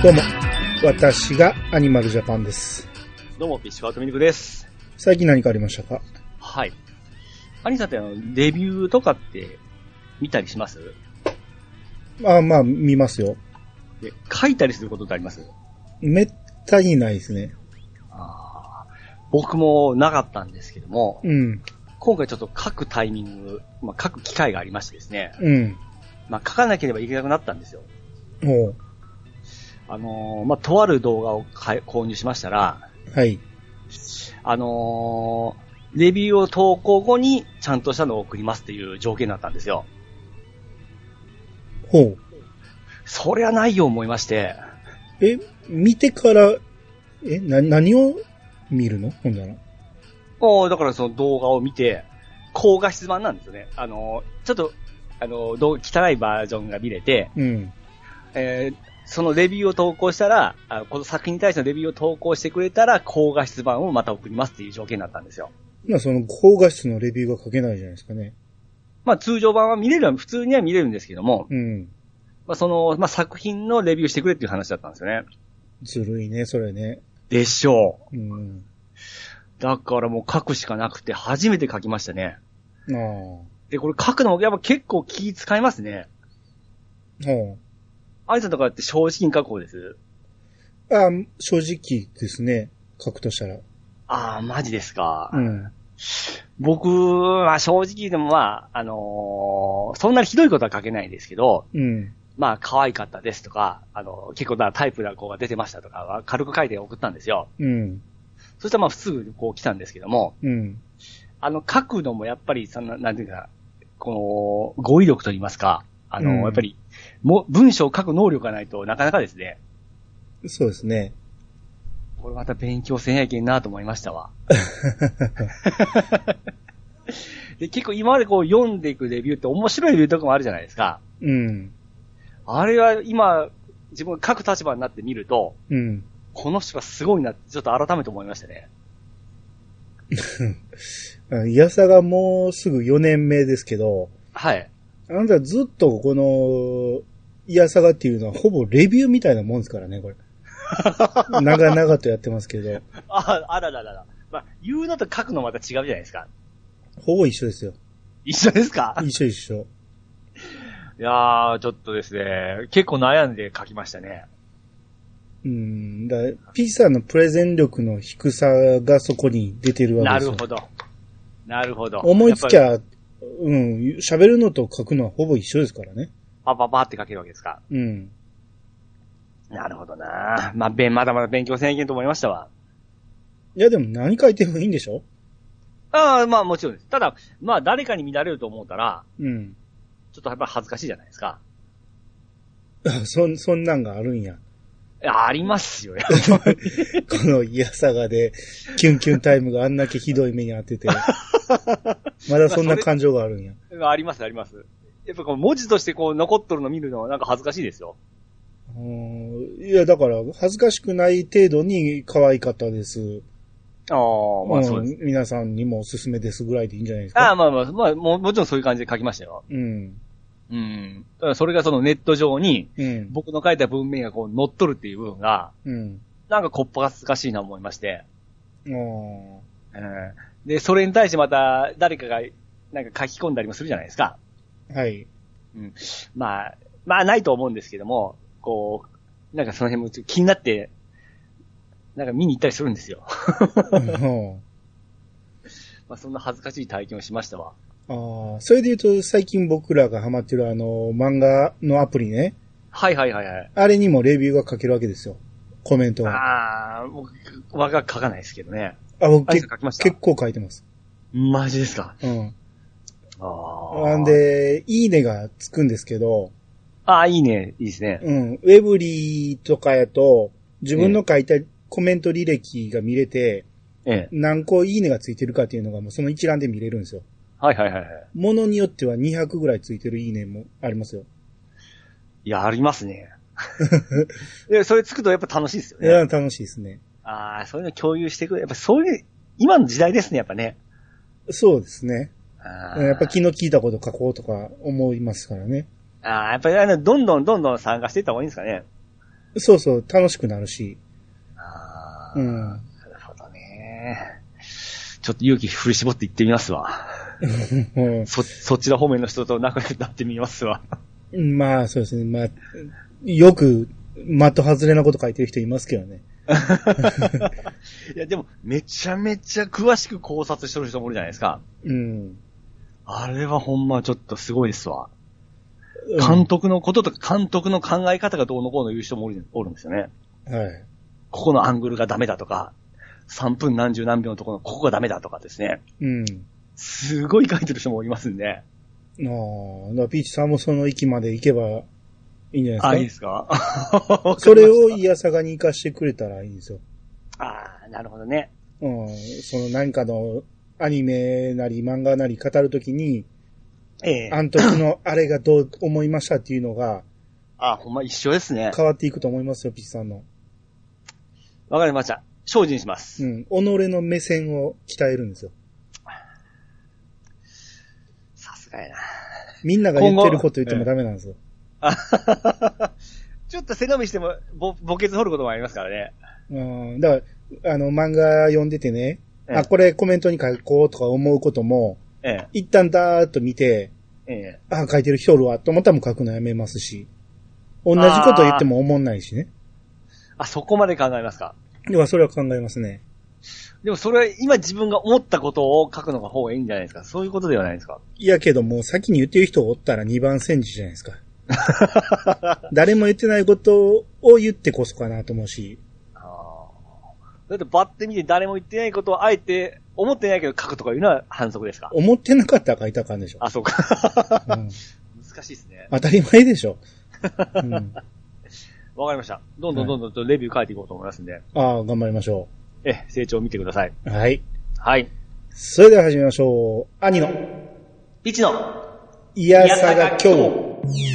どうも、私がアニマルジャパンです。 どうも、ピッシュワートミルクです。 最近何かありましたか？ はい。アニさんってレビューとかって見たりします？ まあ、見ますよ。 で、書いたりすることってあります？ めったにないですね。 僕もなかったんですけども、 うん。 今回ちょっと書くタイミング、書く機会がありましてですね。 うん。 書かなければいけなくなったんですよ。 おう。 とある動画を購入しましたら、 はい。 レビューを投稿後にちゃんとしたのを送りますっていう条件だったんですよ。 ほう。 そりゃないよ思いまして。 見てから、何を見るの？ほんなら。 だからその動画を見て、高画質版なんですよね。ちょっと、汚いバージョンが見れて、 うん。 そのレビューを投稿したら、この作品に対してのレビューを投稿してくれたら、高画質版をまた送りますっていう条件だったんですよ。 その高画質のレビューが書けないじゃないですかね。 通常版は普通には見れるんですけども、 うん。 作品のレビューしてくれっていう話だったんですよね。 ずるいね、それね。 でしょう。うん。 だからもう書くしかなくて、初めて書きましたね。 ああ。 で、これ書くのもやっぱ結構気使いますね。 ほう。 アイさんとかって正直に書く方です？ 正直ですね。書くとしたら。 マジですか。 うん。 僕は正直でもそんなにひどいことは書けないですけど、 うん。 可愛かったですとか、結構タイプな子が出てましたとかは軽く書いて送ったんですよ。 うん。 そしたらすぐ来たんですけども、 うん。 書くのもやっぱりなんていうか、語彙力と言いますか、やっぱり、文章を書く能力がないとなかなかですね。 そうですね。 これまた勉強せんやけんなと思いましたわ。で、結構今まで読んでいくレビューって面白いレビューとかもあるじゃないですか。 うん。 あれは今、自分が書く立場になってみると、 うん。 この人がすごいなってちょっと改めて思いましたね。 イヤサがもうすぐ4年目ですけど、 はい。 あなたずっとこの、イヤサガっていうのはほぼレビューみたいなもんですからね、これ。長々とやってますけど。 あらららら。言うのと書くのまた違うじゃないですか。 ほぼ一緒ですよ。 一緒ですか？ 一緒。 いやー、ちょっとですね、結構悩んで書きましたね。 P さんのプレゼン力の低さがそこに出てるわけですよ。 なるほど。 思いつきゃ、喋るのと書くのはほぼ一緒ですからね。 パパって書けるわけですか。 うん。 なるほどな。まだまだ勉強せんけんと思いましたわ。 いやでも何書いてもいいんでしょ？ もちろんです。ただ、誰かに見られると思ったら、 うん。 ちょっとやっぱ恥ずかしいじゃないですか。 そんなんがあるんや。 いや、ありますよ、やっぱり。 このイヤサガで、キュンキュンタイムがあんだけひどい目に遭ってて。まだそんな感情があるんや。 あります。やっぱ文字として残っとるの見るのなんか恥ずかしいですよ。 いや、だから、恥ずかしくない程度に可愛かったです。 そうです。 皆さんにもおすすめですぐらいでいいんじゃないですか。 もちろんそういう感じで書きましたよ。 うん。 ただそれがそのネット上に、 うん、 僕の書いた文面が載っとるっていう部分が、 うん、 なんかこっぱがすかしいな思いまして。で、それに対してまた誰かがなんか書き込んだりもするじゃないですか。 はい。 ないと思うんですけども、なんかその辺も気になって、なんか見に行ったりするんですよ。そんな恥ずかしい体験をしましたわ。 それで言うと最近僕らがハマってる漫画のアプリね。 はい。 あれにもレビューが書けるわけですよ。コメントが。 僕は書かないですけどね。 僕結構書いてます。 マジですか？ うん。なんで、いいねがつくんですけど。 いいね。いいですね。 うん。ウェブリーとかやと、自分の書いたコメント履歴が見れて、何個いいねがついてるかっていうのがもうその一覧で見れるんですよ。 はい。 ものによっては200ぐらいついてるいいねもありますよ。 いや、ありますね。それつくとやっぱ楽しいですよね。 いや、楽しいですね。 そういうの共有してくる。やっぱそういう、今の時代ですね、やっぱね。 そうですね。やっぱ気の利いたこと書こうとか思いますからね。 やっぱりどんどん参加していった方がいいんですかね。 そうそう、楽しくなるし。 うん。なるほどね。ちょっと勇気振り絞って行ってみますわ。そっちの方面の人と仲良くなってみますわ。 まあ、そうですね。まあ、よく、的外れなこと書いてる人いますけどね。 いや、でも、めちゃめちゃ詳しく考察してる人もいるじゃないですか。 うん。 あれはほんまちょっとすごいですわ。監督のこととか監督の考え方がどうのこうの言う人もおるんですよね。 はい。 ここのアングルがダメだとか、3分何十何秒のところのここがダメだとかですね。 うん。 すごい書いてる人もいますんで。 ああ、ピーチさんもその域まで行けばいいんじゃないですか。 あ、いいですかそれをイヤサガに活かしてくれたらいいんですよ。 ああ、なるほどね。 うん。その何かのアニメなり漫画なり語るときに、あの時のあれがどう思いましたっていうのが、 ほんま一緒ですね。 変わっていくと思いますよ、ピッチさんの。 わかりました。精進します。 うん。己の目線を鍛えるんですよ。 さすがやな。 みんなが言ってること言ってもダメなんですよ。 ちょっと背伸びしても墓穴掘ることもありますからね。 うん。だから、漫画読んでてね、これコメントに書こうとか思うことも、一旦ダーッと見て、書いてる人おるわと思ったらもう書くのやめますし、同じこと言っても思んないしね。 そこまで考えますか。 では、それは考えますね。 でもそれは今自分が思ったことを書くのが方がいいんじゃないですか。そういうことではないですか。 いやけどもう先に言ってる人がおったら2番煎じじゃないですか。誰も言ってないことを言ってこそかなと思うし。 だってバッて見て誰も言ってないことをあえて思ってないけど書くとかいうのは反則ですか。 思ってなかったら書いたらあかんでしょ。 そうか。難しいですね。 当たり前でしょ。 わかりました。どんどんとレビュー書いていこうと思いますんで。 頑張りましょう。成長を見てください。 はい。 はい。 それでは始めましょう。兄のピチのいやさが今日。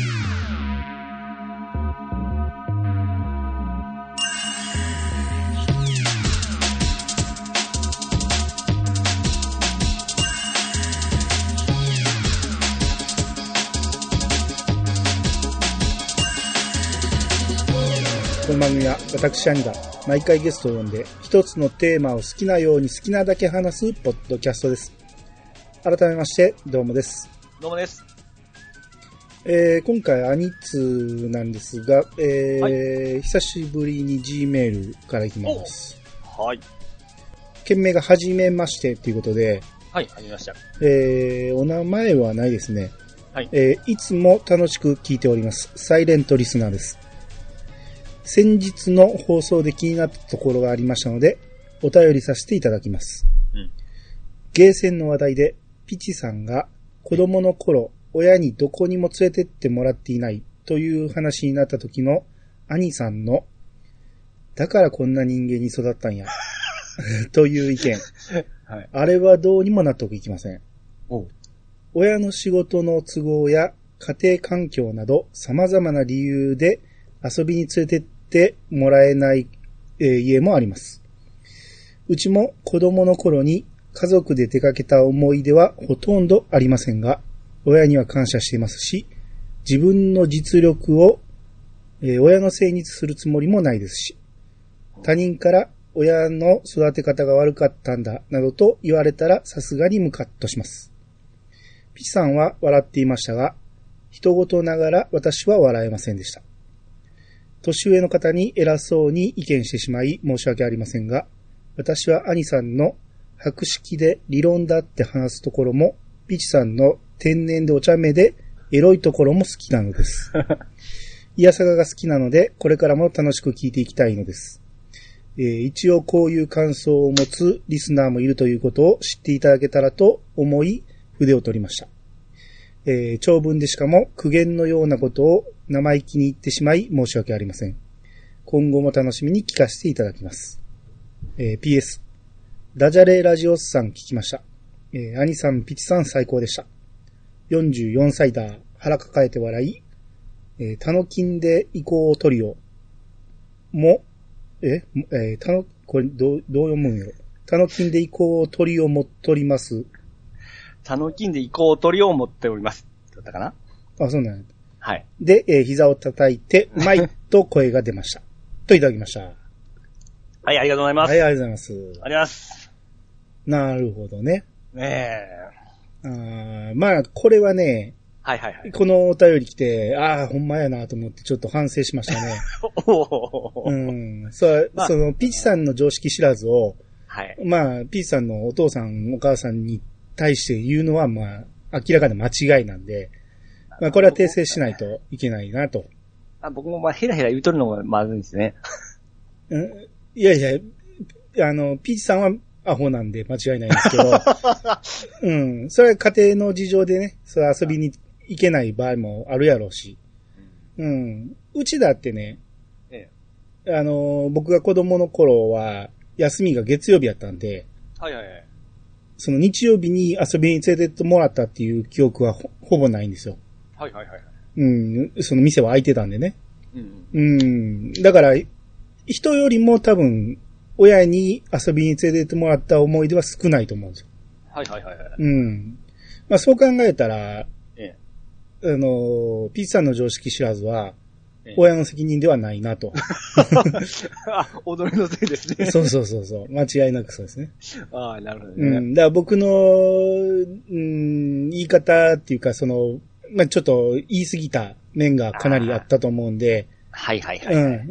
この番組は私兄が毎回ゲストを呼んで一つのテーマを好きなように好きなだけ話すポッドキャストです。改めましてどうもです。 どうもです。 今回兄2なんですが、久しぶりに G メールからいきます。 はい。 件名がはじめましてということで、 はい、はじめました。 お名前はないですね。 はい。 いつも楽しく聞いております。サイレントリスナーです。先日の放送で気になったところがありましたので、お便りさせていただきます。ゲーセンの話題で、ピチさんが子供の頃、親にどこにも連れてってもらっていないという話になった時の兄さんの、だからこんな人間に育ったんや、という意見。はい、あれはどうにも納得いきません。親の仕事の都合や家庭環境など様々な理由で遊びに連れてってもらえない、家もあります。うちも子供の頃に家族で出かけた思い出はほとんどありませんが、親には感謝していますし、自分の実力を、親のせいにするつもりもないですし、他人から親の育て方が悪かったんだなどと言われたらさすがにムカッとします。ピチさんは笑っていましたが、人事ながら私は笑えませんでした。年上の方に偉そうに意見してしまい申し訳ありませんが、私は兄さんの博識で理論だって話すところも、ピチさんの天然でお茶目でエロいところも好きなのです。いやさがが好きなので、これからも楽しく聞いていきたいのです。一応こういう感想を持つリスナーもいるということを知っていただけたらと思い、筆を取りました。長文でしかも苦言のようなことを生意気に言ってしまい申し訳ありません。今後も楽しみに聞かせていただきます。PS ダジャレラジオスさん聞きました。兄さんピチさん最高でした。44歳だ腹抱えて笑い、タノキンで移行トリオもこれどう読むんよ。タノキンで移行トリオも取ります。 タノキンで移行トリオを持っております。だったかな？ そうなんや。 はい。 で、膝を叩いて、マイと声が出ました。 といただきました。 はい、ありがとうございます。 はい、ありがとうございます。 ありがとうございます。 なるほどね。 ねえ。まあ、これはね、 はいはいはい。 このお便り来て、ほんまやなと思ってちょっと反省しましたね。うん。その、ピーチさんの常識知らずを、 はい。 まあ、ピーチさんのお父さん、お母さんに対して言うのは、まあ、明らかな間違いなんで、まあ、これは訂正しないといけないなと。 僕もヘラヘラ言うとるのがまずいんですね。 いやいや、ピーチさんはアホなんで間違いないんですけど、うん。それは家庭の事情でね、それ遊びに行けない場合もあるやろうし、うん。うちだってね、僕が子供の頃は、休みが月曜日やったんで、 はいはいはい。 その日曜日に遊びに連れてってもらったっていう記憶は ほぼないんですよ。 はいはいはい。 うん。その店は開いてたんでね。 うん。 うん。だから、人よりも多分、親に遊びに連れてってもらった思い出は少ないと思うんですよ。 はいはいはいはい。 うん。まあそう考えたら、ピーチさんの常識知らずは、親の責任ではないなと。 踊りのせいですね。 そう。間違いなくそうですね。 なるほどね。 うん。だから僕の、言い方っていうか、まあ、ちょっと言い過ぎた面がかなりあったと思うんで、 はいはいはい。 うん。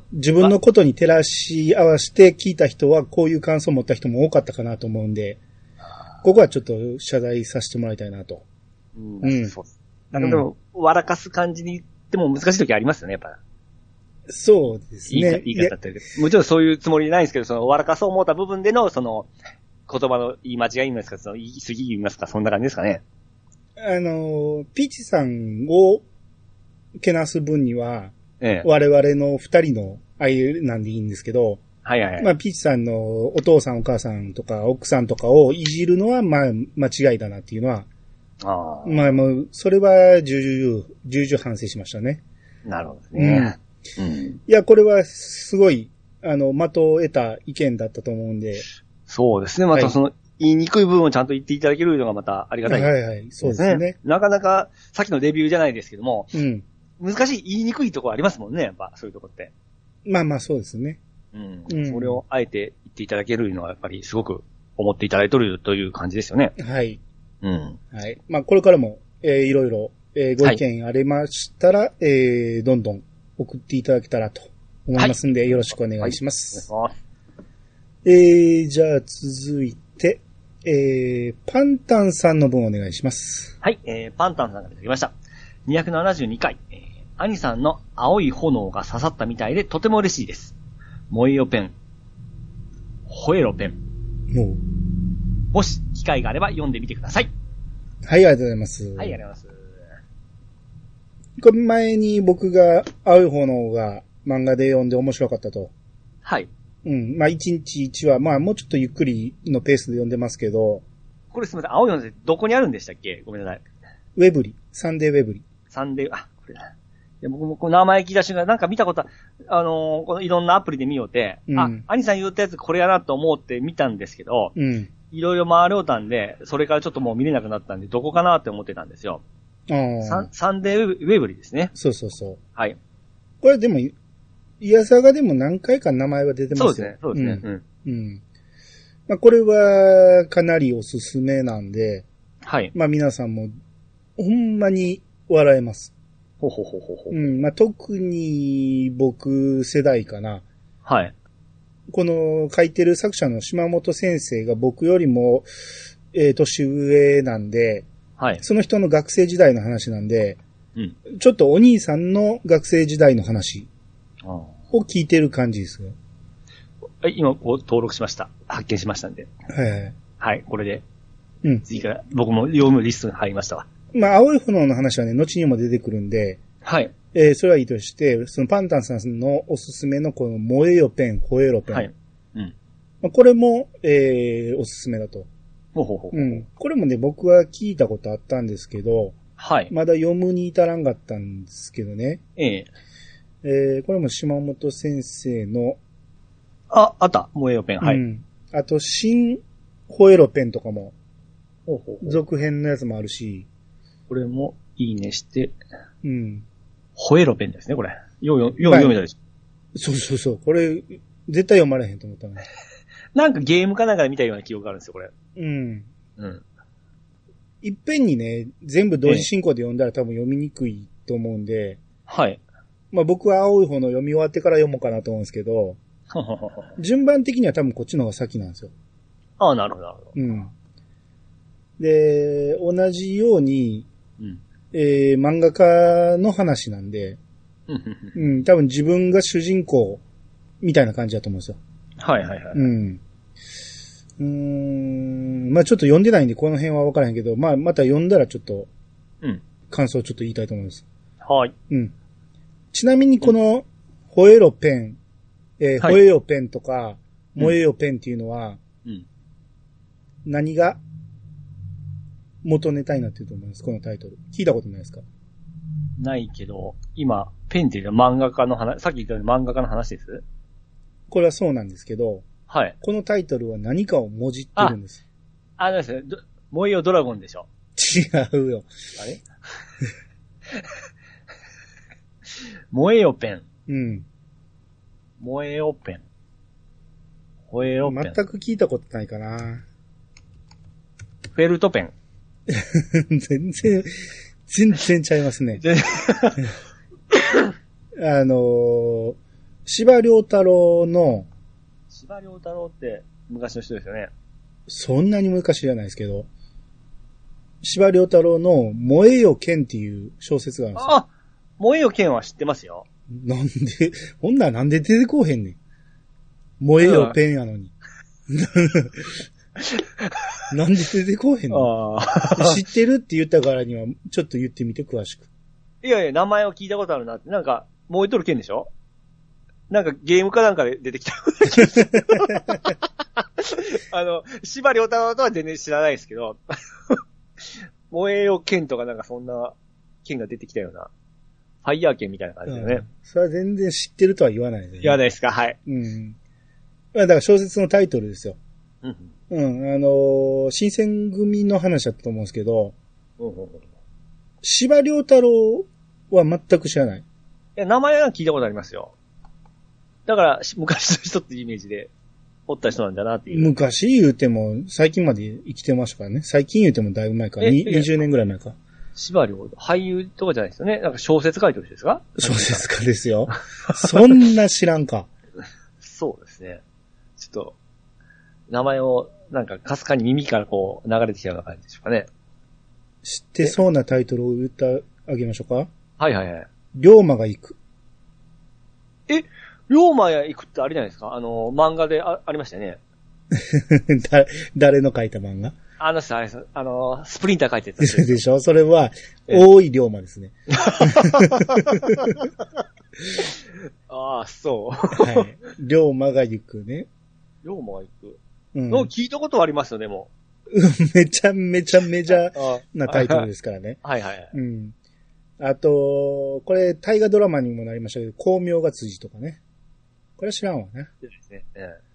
自分のことに照らし合わせて聞いた人は、こういう感想を持った人も多かったかなと思うんで、ここはちょっと謝罪させてもらいたいなと。 うん。そう。なんかでも、笑かす感じに言っても難しい時ありますよね、やっぱ。 そうですね。 言い方って。もちろんそういうつもりないんですけど、笑かそう思った部分での、言葉の言い間違い言いますか、言い過ぎ言いますか、そんな感じですかね。 ピーチさんをけなす分には、我々の二人の愛なんでいいんですけど、 はいはいはい。 まあ、ピーチさんのお父さんお母さんとか奥さんとかをいじるのは、まあ、間違いだなっていうのは、まあもう、それは重々反省しましたね。 なるほどね。 うん。いや、これはすごい、的を得た意見だったと思うんで。 そうですね。また言いにくい部分をちゃんと言っていただけるのがまたありがたい。 はいはい、そうですね。 なかなか、さっきのレビューじゃないですけども、 うん。 難しい、言いにくいところありますもんね、やっぱ、そういうとこって。 まあそうですね。 うん。それをあえて言っていただけるのは、やっぱりすごく思っていただいてるという感じですよね。 はい。 うん。 はい。まあ、これからも、いろいろ、ご意見ありましたら、どんどん送っていただけたらと思いますんで、よろしくお願いします。 お願いします。 じゃあ続いて、パンタンさんの分お願いします。 はい、パンタンさんがいただきました。272回、兄さんの青い炎が刺さったみたいでとても嬉しいです。燃えよペン、吠えろペン。もし機会があれば読んでみてください。 はい、ありがとうございます。 はい、ありがとうございます。 これ前に僕が青い炎が漫画で読んで面白かったと。 はい。 うん。まあ、1日1話、まあ、もうちょっとゆっくりのペースで読んでますけど。 これすみません。青い炎ってどこにあるんでしたっけ？ごめんなさい。 ウェブリ。サンデーウェブリ。 サンデー、これだ。いや僕もこの名前聞いた瞬間、なんか見たこと、このいろんなアプリで見ようて、兄さん言ったやつこれやなと思って見たんですけど、いろいろ回ろうたんで、それからちょっともう見れなくなったんで、どこかなって思ってたんですよ。サンデーウェブリですね。 そうそうそう。 はい。 これでも、イヤサガでも何回か名前は出てますよ。 そうですね。 うん。まあ、これはかなりおすすめなんで、 はい。 まあ皆さんも、ほんまに笑えます。 ほう。 うん。まあ特に僕世代かな。 はい。 この書いてる作者の島本先生が僕よりも、年上なんで、 はい。 その人の学生時代の話なんで、 うん。 ちょっとお兄さんの学生時代の話を聞いてる感じですよ。 はい、今登録しました。発見しましたんで。はい、これで。 うん。 次から僕も読むリストに入りましたわ。 まあ、青い炎の話はね、後にも出てくるんで、 はい。 それはいいとして、そのパンタンさんのおすすめのこの燃えよペン、吠えろペン。 はい。うん。 まあ、これも、おすすめだと。 ほう。 うん。これもね、僕は聞いたことあったんですけど、 はい。 まだ読むに至らんかったんですけどね。これも島本先生の、 あった。燃えよペン。はい。うん。 あと、新吠えろペンとかも、続編のやつもあるし。 これもいいねして、 うん。 吠えろペンですね、これ。読めたでしょ。 そうそうそう。これ、絶対読まれへんと思ったの。 なんかゲームかなんかで見たような記憶があるんですよ、これ。 うん。 うん。 いっぺんにね、全部同時進行で読んだら多分読みにくいと思うんで。 はい。 まあ僕は青い方の読み終わってから読もうかなと思うんですけど、順番的には多分こっちの方が先なんですよ。 ああ、なるほど、なるほど。 うん。で、同じように、うん、漫画家の話なんで、うん、多分自分が主人公みたいな感じだと思うんですよ。 はいはいはい。 うん。まあちょっと読んでないんでこの辺は分からへんけど、まあまた読んだらちょっと、感想をちょっと言いたいと思います。 はい。 うん。ちなみにこの、吠えろペン、吠えよペンとか、燃えよペンっていうのは、何が元ネタになってると思います、このタイトル。聞いたことないですか？ ないけど、今、ペンっていうのは漫画家の話、さっき言ったように漫画家の話です？ これはそうなんですけど、 はい。 このタイトルは何かをもじってるんです。 あですね、燃えよドラゴンでしょ。 違うよ。 あれ燃えよペン。 うん。 燃えよペン。吠えよペン。 全く聞いたことないかな。 フェルトペン。 全然ちゃいますね。司馬遼太郎の、 司馬遼太郎って昔の人ですよね。 そんなに昔じゃないですけど、司馬遼太郎の燃えよ剣っていう小説があるんですよ。 あ、燃えよ剣は知ってますよ。 なんで、ほんならなんで出てこうへんねん。燃えよペンやのに。なんで出てこうへんの？知ってるって言ったからには、ちょっと言ってみて詳しく。 いやいや、名前を聞いたことあるなって。なんか、燃えとる剣でしょ？なんかゲームかなんかで出てきた。司馬遼太郎とは全然知らないですけど、燃えよ剣とかなんかそんな剣が出てきたような、ファイヤー剣みたいな感じだよね。 それは全然知ってるとは言わないですね。 言わないですか、はい。 うん。だから小説のタイトルですよ。新選組の話だったと思うんですけど、司馬遼太郎は全く知らない。いや、名前は聞いたことありますよ。だから、昔の人ってイメージで、おった人なんだなっていう。 昔言うても、最近まで生きてましたからね。最近言うてもだいぶ前か。20年ぐらい前か。 司馬遼、俳優とかじゃないですよね。なんか小説書いてる人ですか？ 小説家ですよ。そんな知らんか。 そうですね。ちょっと、名前を、なんか、かすかに耳からこう、流れてきたような感じでしょうかね。 知ってそうなタイトルを言ってあげましょうか？ はいはいはい。 龍馬が行く。 龍馬や行くってあれじゃないですか？漫画でありましたよね。 誰の書いた漫画？ あれです。スプリンター書いてた。 でしょ？それは、大井龍馬ですね。 ああ、そう。 はい。龍馬が行くね。 龍馬が行く。聞いたことはありますよ、でも。 めちゃめちゃメジャーなタイトルですからね。 はいはい。 あと、これ、大河ドラマにもなりましたけど、光明が辻とかね。これは知らんわね。 ですね。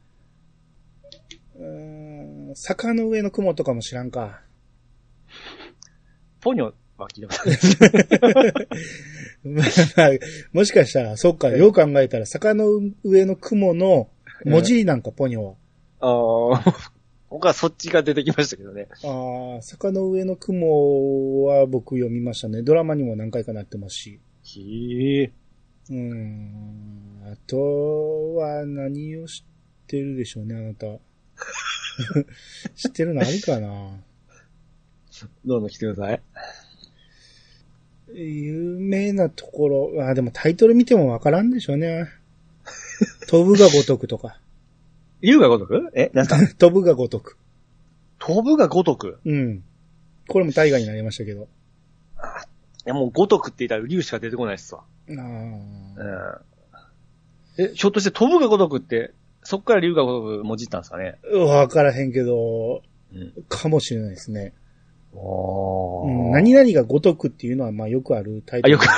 坂の上の雲とかも知らんか。 ポニョは聞いたことない。 まあ、もしかしたら、そっか、よく考えたら、坂の上の雲の文字なんか、ポニョは。 僕はそっちが出てきましたけどね。 坂の上の雲は僕読みましたね。ドラマにも何回かなってますし。あとは何を知ってるでしょうね、あなた。知ってるのあるかな？ どうぞ来てください。 有名なところ、でもタイトル見てもわからんでしょうね。飛ぶが如くとか。 竜が如く？なんか飛ぶが如く。 飛ぶが如く？ うん。これも大河になりましたけど。いやもう如くって言ったら竜しか出てこないっすわ。ひょっとして飛ぶが如くって、そっから竜が如くもじったんですかね？ わからへんけど、かもしれないですね。何々が如くっていうのはまあよくあるタイトル。 よく。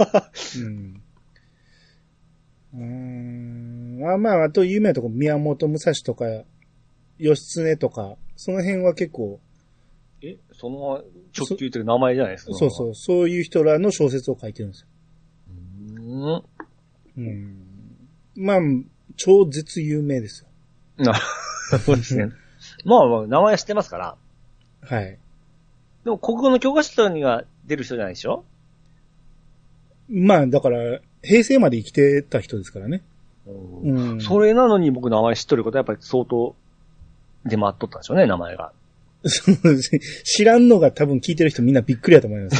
あと有名なとこ、宮本武蔵とか、義経とか、その辺は結構。 その直球という名前じゃないですか。 そういう人らの小説を書いてるんですよ。 まあ、超絶有名ですよ。そうですね。まあ、名前は知ってますから。 はい。 でも、国語の教科書には出る人じゃないでしょ？ まあ、だから、平成まで生きてた人ですからね。 うん。それなのに僕名前知っとることはやっぱり相当出回っとったんでしょうね、名前が。 知らんのが多分聞いてる人みんなびっくりやと思います。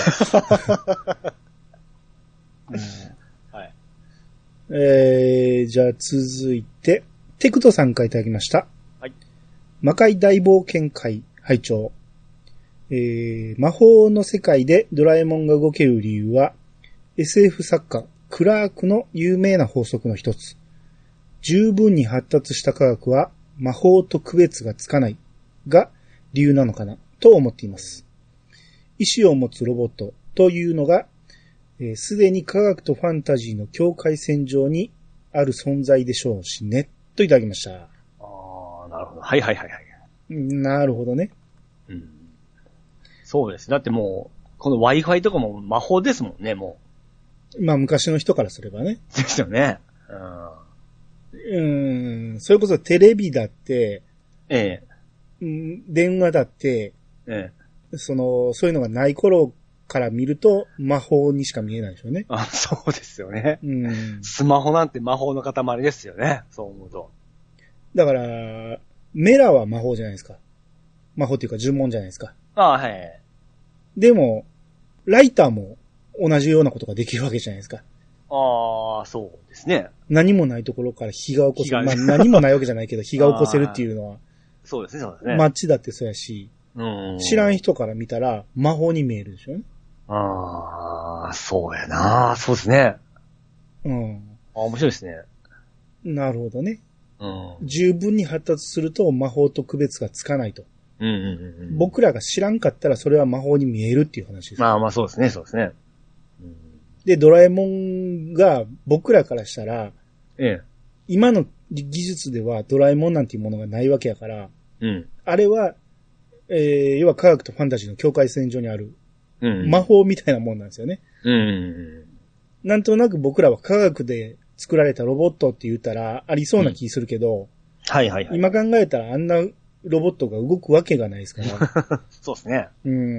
はい。 じゃあ続いて、テクトさんからいただきました。 はい。 魔界大冒険会拝聴。魔法の世界でドラえもんが動ける理由は、SF 作家、クラークの有名な法則の一つ。十分に発達した科学は魔法と区別がつかないが理由なのかなと思っています。意志を持つロボットというのが、すでに科学とファンタジーの境界線上にある存在でしょうしね。といただきました。 ああ、なるほど。はいはいはいはい。 なるほどね。 うん。そうです。だってもう、この Wi-Fi とかも魔法ですもんね、もう。まあ昔の人からすればね。 ですよね。 それこそテレビだって、電話だって、そういうのがない頃から見ると魔法にしか見えないでしょうね。 あ、そうですよね。スマホなんて魔法の塊ですよね。そう思うと。 だから、メラは魔法じゃないですか。魔法っていうか呪文じゃないですか。 ああ、はい。 でも、ライターも同じようなことができるわけじゃないですか。 ああ、そうですね。 何もないところから火が起こせる。まあ何もないわけじゃないけど火が起こせるっていうのは。 そうですね、そうですね。 街だってそうやし、知らん人から見たら魔法に見えるでしょうね。 ああ、そうやな。そうですね。面白いですね。 なるほどね。十分に発達すると魔法と区別がつかないと。僕らが知らんかったらそれは魔法に見えるっていう話です。 まあまあそうですね、そうですね。 で、ドラえもんが僕らからしたら、今の技術ではドラえもんなんていうものがないわけやから、あれは、要は科学とファンタジーの境界線上にある、魔法みたいなもんなんですよね。なんとなく僕らは科学で作られたロボットって言ったらありそうな気するけど、今考えたらあんなロボットが動くわけがないですから。 そうですね。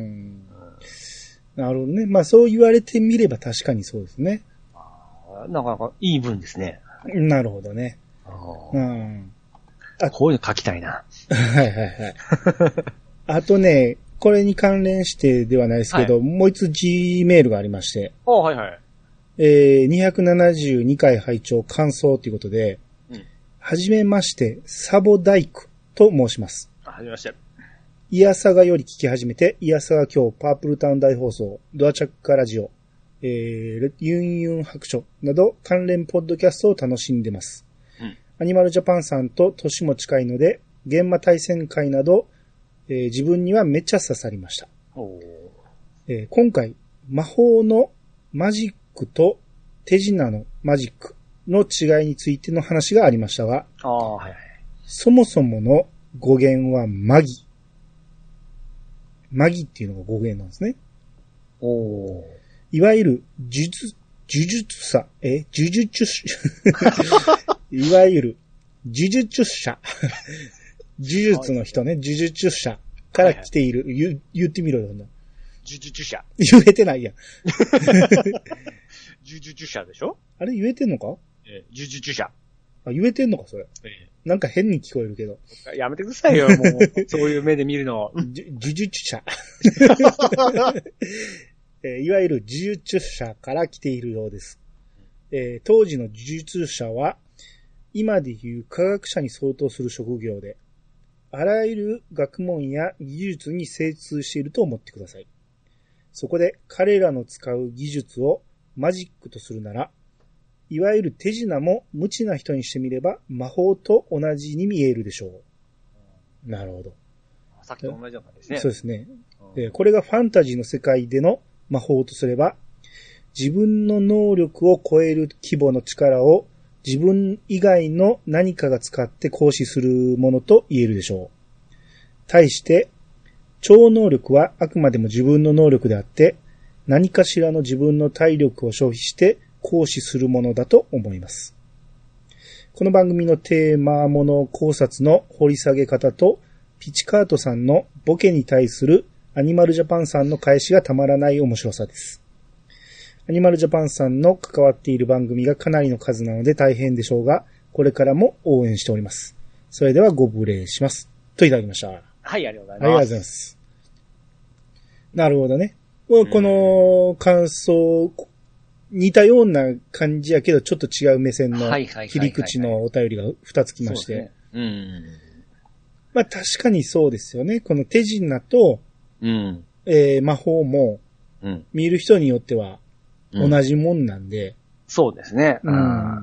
なるほどね。まあそう言われてみれば確かにそうですね。 なかなかいい文ですね。 なるほどね。 こういうの書きたいな。 はいはいはい。あとね、これに関連してではないですけど、もう一つ G メールがありまして。 はいはい。 272回拝聴感想ということで、はじめまして、サボダイクと申します。 はじめまして。 イヤサガより聞き始めて、イヤサガ今日、パープルタウン大放送、ドアチャッカラジオ、ユンユン白書など関連ポッドキャストを楽しんでます。アニマルジャパンさんと年も近いので、現場対戦会など、自分にはめっちゃ刺さりました。今回、魔法のマジックと手品のマジックの違いについての話がありましたが、そもそもの語源はマギ。マギっていうのが語源なんですね。いわゆる呪術者、いわゆる呪術者。呪術の人ね、呪術者から来ている。言ってみろよ。 呪術者。 言えてないやん。 呪術者でしょ？ あれ言えてんのか？ 呪術者。 あ、言えてんのかそれ。なんか変に聞こえるけど。 やめてくださいよ、もう。そういう目で見るの。 呪術者。いわゆる呪術者から来ているようです。当時の呪術者は、今でいう科学者に相当する職業で、あらゆる学問や技術に精通していると思ってください。そこで彼らの使う技術をマジックとするなら、いわゆる手品も無知な人にしてみれば魔法と同じに見えるでしょう。なるほど。 さっきと同じような感じですね。 そうですね。これがファンタジーの世界での魔法とすれば、自分の能力を超える規模の力を自分以外の何かが使って行使するものと言えるでしょう。対して、超能力はあくまでも自分の能力であって、何かしらの自分の体力を消費して行使するものだと思います。 この番組のテーマもの考察の掘り下げ方と、ピチカートさんのボケに対するアニマルジャパンさんの返しがたまらない面白さです。アニマルジャパンさんの関わっている番組がかなりの数なので大変でしょうが、これからも応援しております。それではご無礼します。といただきました。はい、 ありがとうございます。 ありがとうございます。なるほどね。この感想、似たような感じやけど、ちょっと違う目線の切り口のお便りが2つ来まして。まあ確かにそうですよね。この手品と、魔法も、見る人によっては同じもんなんで。 そうですね。は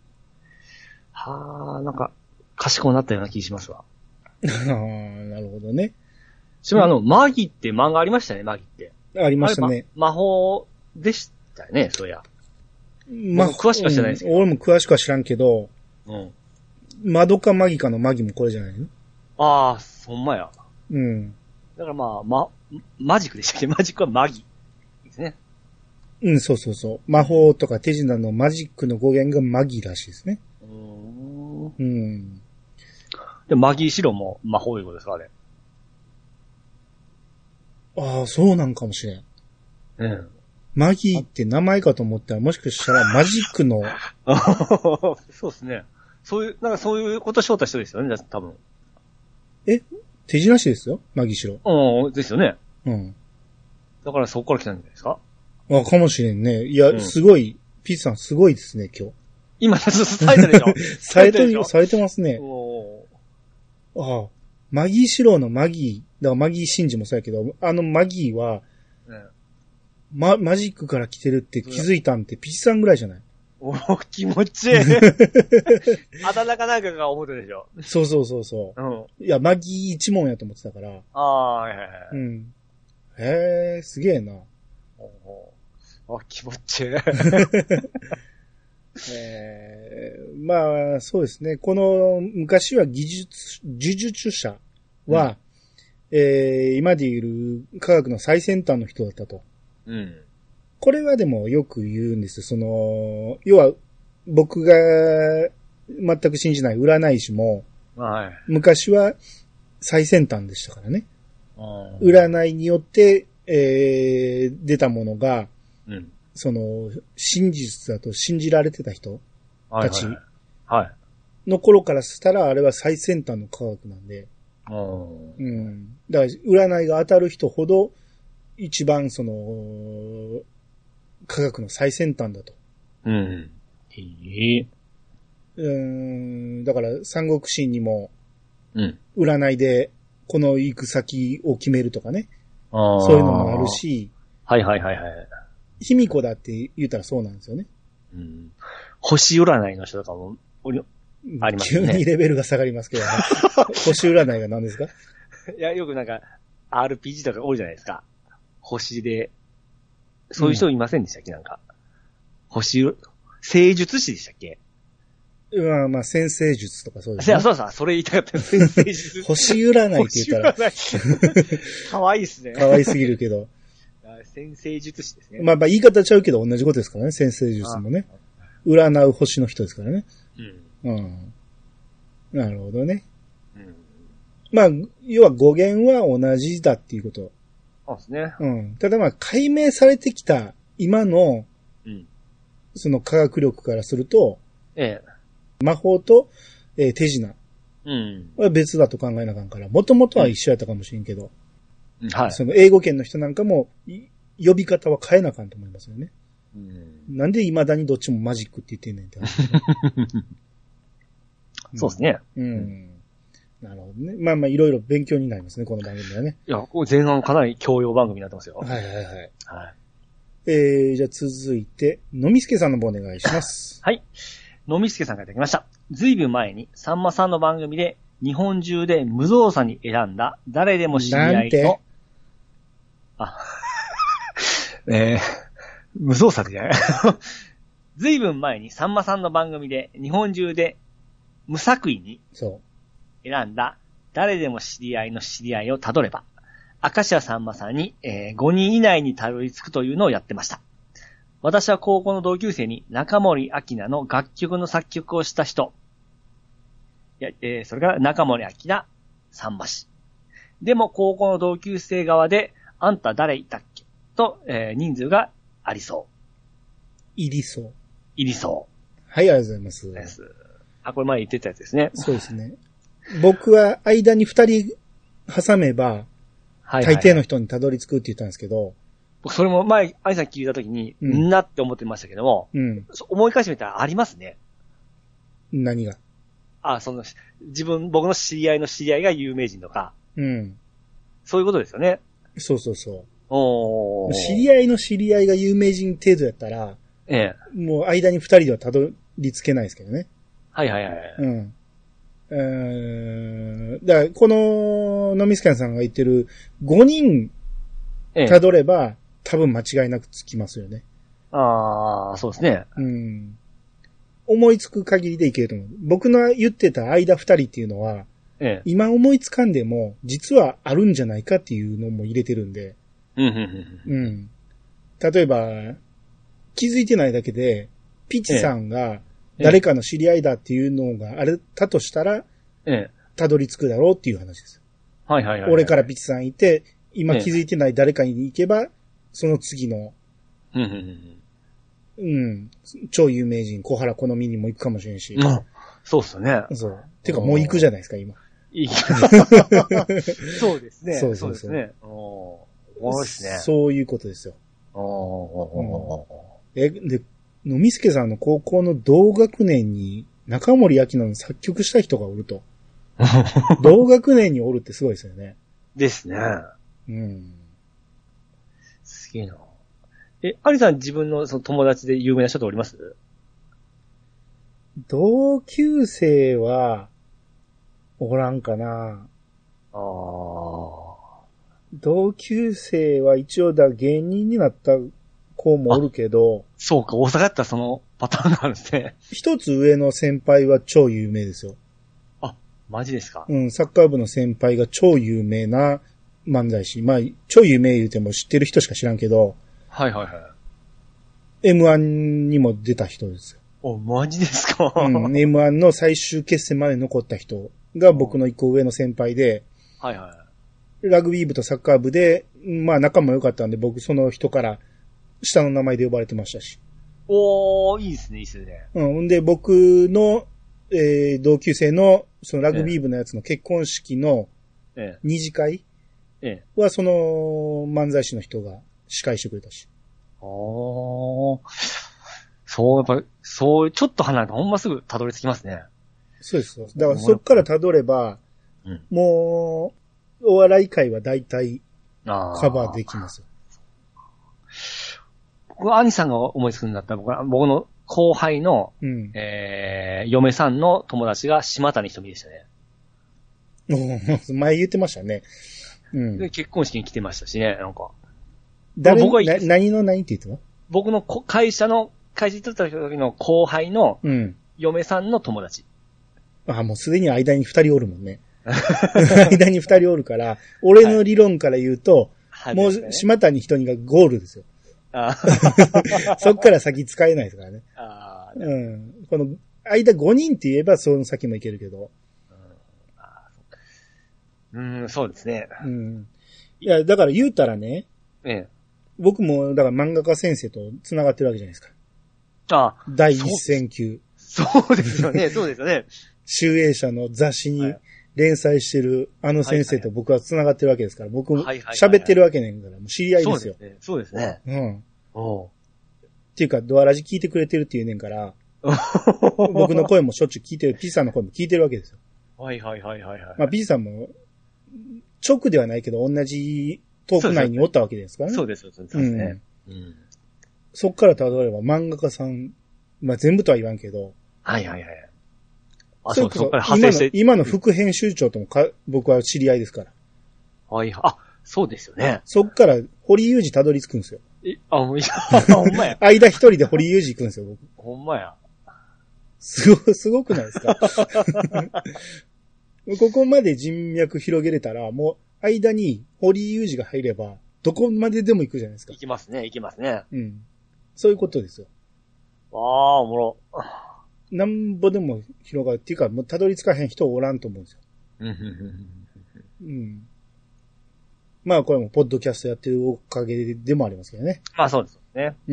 あ、なんか、賢くなったような気がしますわ。 なるほどね。 ちなみにマギって漫画ありましたね、マギって。 ありましたね。 魔法でしたよね、そうや。まあ、詳しくは知らないですけど。 俺も詳しくは知らんけど、マドカマギカのマギもこれじゃないの？ ああ、そんまや。だからまあ、マジックでしたっけ？マジックはマギですね。 そうそうそう。魔法とか手品のマジックの語源がマギらしいですね。 で、マギーシロも魔法いうことですか、あれ。 ああ、そうなんかもしれん。マギーって名前かと思ったら、もしかしたらマジックの。 そうですね。そういうことしようとした人ですよね、多分。 手品師ですよ、マギーシロ。 ですよね。だからそこから来たんじゃないですか？ かもしれんね。いや、すごい、ピースさんすごいですね、今日。 今、されたでしょ？ されてますね。マギーシローのマギー、だからマギーシンジもそうやけど、マギーは、マジックから来てるって気づいたんってピチさんぐらいじゃない？ 気持ちいい。あだ名かなんかが思ってるでしょ？ そう。いや、マギー一門やと思ってたから。へー、すげえな。 気持ちいい。 まあ、そうですね。この、昔は呪術者は、今でいる科学の最先端の人だったと。これはでもよく言うんですよ。要は、僕が全く信じない占い師も、昔は最先端でしたからね。占いによって、出たものが、真実だと信じられてた人たちの頃からしたら、あれは最先端の科学なんで、だから占いが当たる人ほど、一番科学の最先端だと。だから三国志にも、占いでこの行く先を決めるとかね。そういうのもあるし。卑弥呼だって言ったらそうなんですよね。 星占いの人とかもありますね。 急にレベルが下がりますけど、ね、星占いが何ですか？ いや、よくなんか RPG とか多いじゃないですか。星で、そういう人いませんでしたっけ？なんか。聖術師でしたっけ？ まあ、先生術とかそうですね。 そう、それ言いたかった。先生術。 星占いって言ったら。 かわいいっすね。 かわいすぎるけど。 先生術師ですね。 まあ言い方ちゃうけど同じことですからね、先生術もね。占う星の人ですからね。なるほどね。まあ、要は語源は同じだっていうこと。 そうですね。 ただまあ、解明されてきた今の、その科学力からすると、魔法と、手品は別だと考えなあかんから、もともとは一緒やったかもしれんけど、その英語圏の人なんかも呼び方は変えなあかんと思いますよね。なんで未だにどっちもマジックって言ってんねんって話、ね。 そうですね。 なるほどね。まあまあいろいろ勉強になりますね、この番組はね。 いや、前半かなり教養番組になってますよ。 はい。じゃあ続いて、のみすけさんの方お願いします。 はい。のみすけさんからいただきました。ずいぶん前に、さんまさんの番組で、日本中で無造作に選んだ、誰でも知り合いの、無造作じゃないずいぶん前に、さんまさんの番組で、日本中で、無作為に、選んだ、誰でも知り合いの知り合いをたどれば、明石家さんまさんに、5人以内にたどり着くというのをやってました。私は高校の同級生に中森明菜の楽曲の作曲をした人それから中森明菜、桟橋。でも高校の同級生側で、あんた誰いたっけと、人数がありそう。 いりそう。 いりそう。 はい、ありがとうございます。 これ前言ってたやつですね。 そうですね。僕は間に2人挟めば、大抵の人にたどり着くって言ったんですけど、 僕それも前、アイさん聞いたときに、なって思ってましたけども、思い返してみたらありますね。 何が？ 僕の知り合いの知り合いが有名人とか、そういうことですよね。 そうそうそう。知り合いの知り合いが有名人程度やったら、もう間に2人ではたどり着けないですけどね。 はいはいはい。 だから、この、のみすけんさんが言ってる5人たどれば、多分間違いなくつきますよね。 ああ、そうですね。 思いつく限りでいけると思う。僕の言ってた間2人っていうのは、今思いつかんでも、実はあるんじゃないかっていうのも入れてるんで。例えば、気づいてないだけで、ピチさんが誰かの知り合いだっていうのがあれたとしたら、たどり着くだろうっていう話です。俺からピチさんいて、今気づいてない誰かに行けば、その次の、超有名人、小原好みにも行くかもしれんし。 そうっすね。 そう。てかもう行くじゃないですか、今。 そうですね。 そうですね。 おもろいっすね。 そういうことですよ。で、のみすけさんの高校の同学年に中森明菜の作曲した人がおると。同学年におるってすごいですよね。 ですね。すげえな。アリさん自分のその友達で有名な人っております？ 同級生は、おらんかな。同級生は一応芸人になった子もおるけど。 そうか、大阪やったらそのパターンがあるんですね。 一つ上の先輩は超有名ですよ。 あ、マジですか？ サッカー部の先輩が超有名な漫才師。まあ、超有名言うても知ってる人しか知らんけど。M1 にも出た人ですよ。 マジですか ？M1 の最終決戦まで残った人が僕の一個上の先輩で。ラグビー部とサッカー部で、まあ仲も良かったんで僕その人から下の名前で呼ばれてましたし。 いいですね、いいですね。 で、僕の、同級生のそのラグビー部のやつの結婚式の二次会はその漫才師の人が司会してくれたし。 やっぱ、ちょっと離れたほんますぐたどり着きますね。 そうです。だからそっからたどれば、もう、お笑い界は大体、カバーできます。 僕は兄さんが思いつくんだったら、僕の後輩の、嫁さんの友達が島谷ひとみでしたね。前言ってましたね。 で、結婚式に来てましたしね、なんか。 僕は何の何って言ってた？ 僕の会社行ってた時の後輩の、嫁さんの友達。 もうすでに間に2人おるもんね。間に2人おるから、俺の理論から言うと、もう島谷ひとみがゴールですよ。そっから先使えないですからね。この間5人って言えばその先もいけるけど。 そうですね。 いや、だから言うたらね、僕も、だから漫画家先生と繋がってるわけじゃないですか。第一線級。 そうですよね、そうですよね。 集英社の雑誌に連載してるあの先生と僕は繋がってるわけですから、僕も喋ってるわけねんから、もう知り合いですよ。 そうですね。 っていうか、ドアラジ聞いてくれてるっていうねんから、僕の声もしょっちゅう聞いてる、P さんの声も聞いてるわけですよ。まあ P さんも、直ではないけど、同じトーク内におったわけですからね。 そうですね。 そっからたどれば漫画家さん、まあ全部とは言わんけど。そっから派生して。今の副編集長とも僕は知り合いですから。 そうですよね。 そっから堀裕二たどり着くんですよ。 ほんまや。 間一人で堀裕二行くんですよ、僕。 ほんまや。 すごくないですか？ここまで人脈広げれたら、もう間に堀裕二が入れば、どこまででも行くじゃないですか。 行きますね。 そういうことですよ。 おもろ。 なんぼでも広がるっていうか、もうたどり着かへん人おらんと思うんですよ。うん。まあこれもポッドキャストやってるおかげでもありますけどね。 まあそうですね。 うん。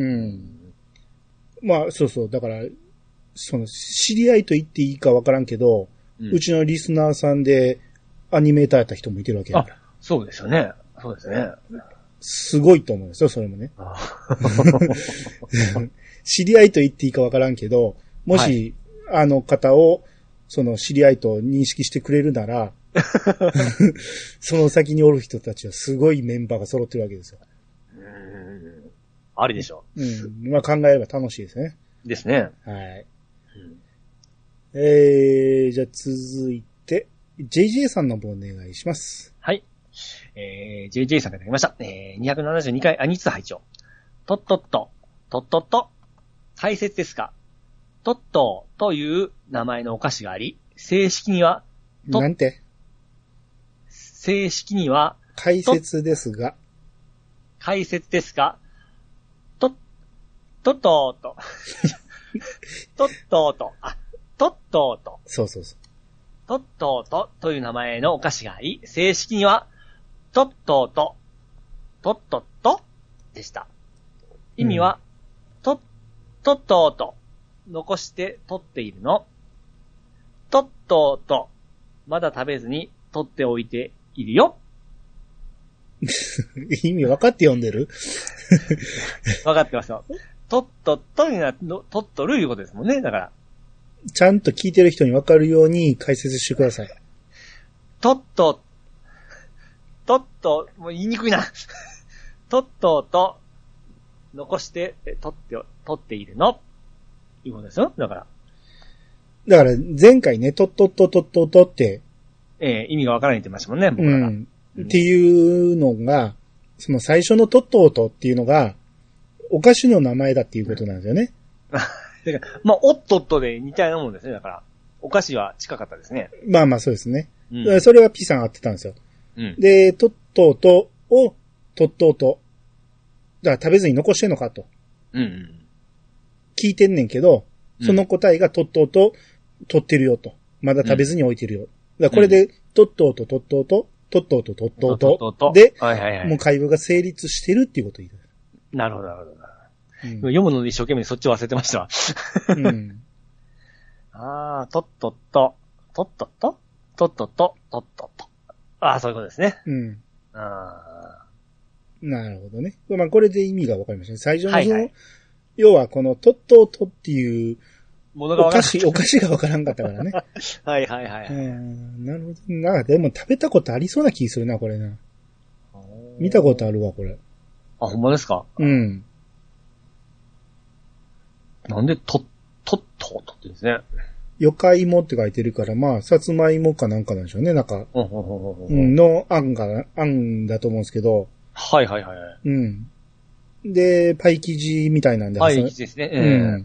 まあそうそう。だから、知り合いと言っていいかわからんけど、うちのリスナーさんでアニメーターやった人もいてるわけやから。 そうですよね。そうですね。 すごいと思うんですよ、それもね。知り合いと言っていいかわからんけど、もし、あの方を、知り合いと認識してくれるなら、その先におる人たちはすごいメンバーが揃ってるわけですよ。 ありでしょう。 うん。まあ考えれば楽しいですね。 ですね。 はい。じゃあ続いて、JJ さんの方お願いします。 はい。JJ さんがいただきました。272回アニツ拝聴。とっとっと、大切ですか？トットーという名前のお菓子があり、正式には、 なんて？ 正式には、 解説ですが。 解説ですが、トットーと、トットーと、トットーと。 そうそうそう。 トットーという名前のお菓子があり、正式には、トットーと、トットットでした。意味は、トットーと、残して取っているの。トットーと、まだ食べずに取っておいているよ。 意味分かって読んでる？ 分かってますよ。トットットには、取っとるいうことですもんね、だから。 ちゃんと聞いてる人に分かるように解説してください。 トット、もう言いにくいな。トットーと、残して取っているの。いうことですよ。だから。 だから前回ね、とって、 意味がわからないって言ってましたもんね、僕らが。 っていうのが、その最初のとっていうのが、お菓子の名前だっていうことなんですよね。 だから、まあ、おっとっとで似たようなもんですね、だから。お菓子は近かったですね。 まあまあそうですね。それは P さん合ってたんですよ。で、とっとを、とっと。だから食べずに残してんのかと。聞いてんねんけど、その答えがとっと取ってるよと。まだ食べずに置いてるよ。だからこれで、とっとで、もう会話が成立してるっていうことを言う。 なるほど、なるほど。読むので一生懸命そっちを忘れてましたわ。とっと。ああ、そういうことですね。 なるほどね。まあこれで意味がわかりましたね。最初の要はこのとっとっていうお菓子がわからんかったからね。 はい。 なるほど。でも食べたことありそうな気するな、これな。見たことあるわ、これ。 あ、ほんまですか？なんでとって言うんですね。 よか芋って書いてるから、まあ、さつまいもかなんかなんでしょうね、なんか。の案だと思うんですけど。 はい。 で、パイ生地みたいなんで。 パイ生地ですね。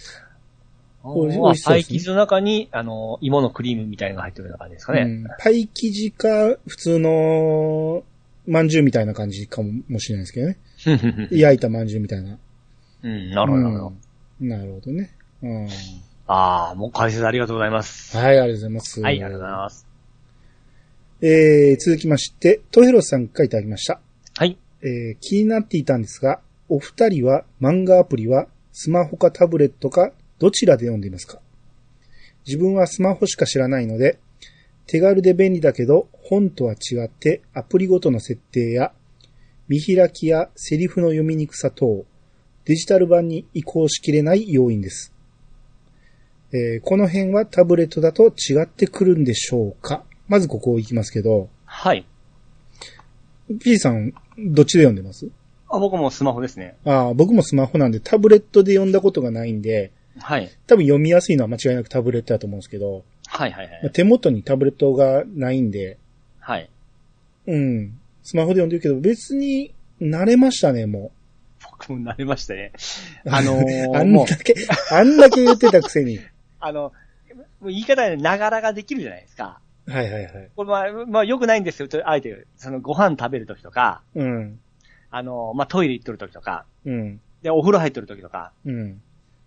パイ生地の中に、芋のクリームみたいなのが入ってるような感じですかね。 パイ生地か、普通の、まんじゅうみたいな感じかもしれないですけどね。焼いたまんじゅうみたいな。 なるほど。 なるほどね。 もう解説ありがとうございます。 はい、ありがとうございます。 はい、ありがとうございます。 続きまして、トヘロスさんからいただきました。 はい。 気になっていたんですが、お二人は漫画アプリはスマホかタブレットかどちらで読んでいますか？自分はスマホしか知らないので、手軽で便利だけど本とは違ってアプリごとの設定や見開きやセリフの読みにくさ等、デジタル版に移行しきれない要因です。この辺はタブレットだと違ってくるんでしょうか？まずここ行きますけど。 はい。 P さん、どっちで読んでます？ 僕もスマホですね。 僕もスマホなんでタブレットで読んだことがないんで、 はい。 多分読みやすいのは間違いなくタブレットだと思うんですけど、 はい。 手元にタブレットがないんで、 はい。 スマホで読んでるけど、別に慣れましたね、もう。僕も慣れましたね。 あんだけ言ってたくせに。 言い方でながらができるじゃないですか。 はい。 これまあ良くないんですよ。あえて、ご飯食べるときとか、トイレ行っとるときとか、で、お風呂入っとるときとか、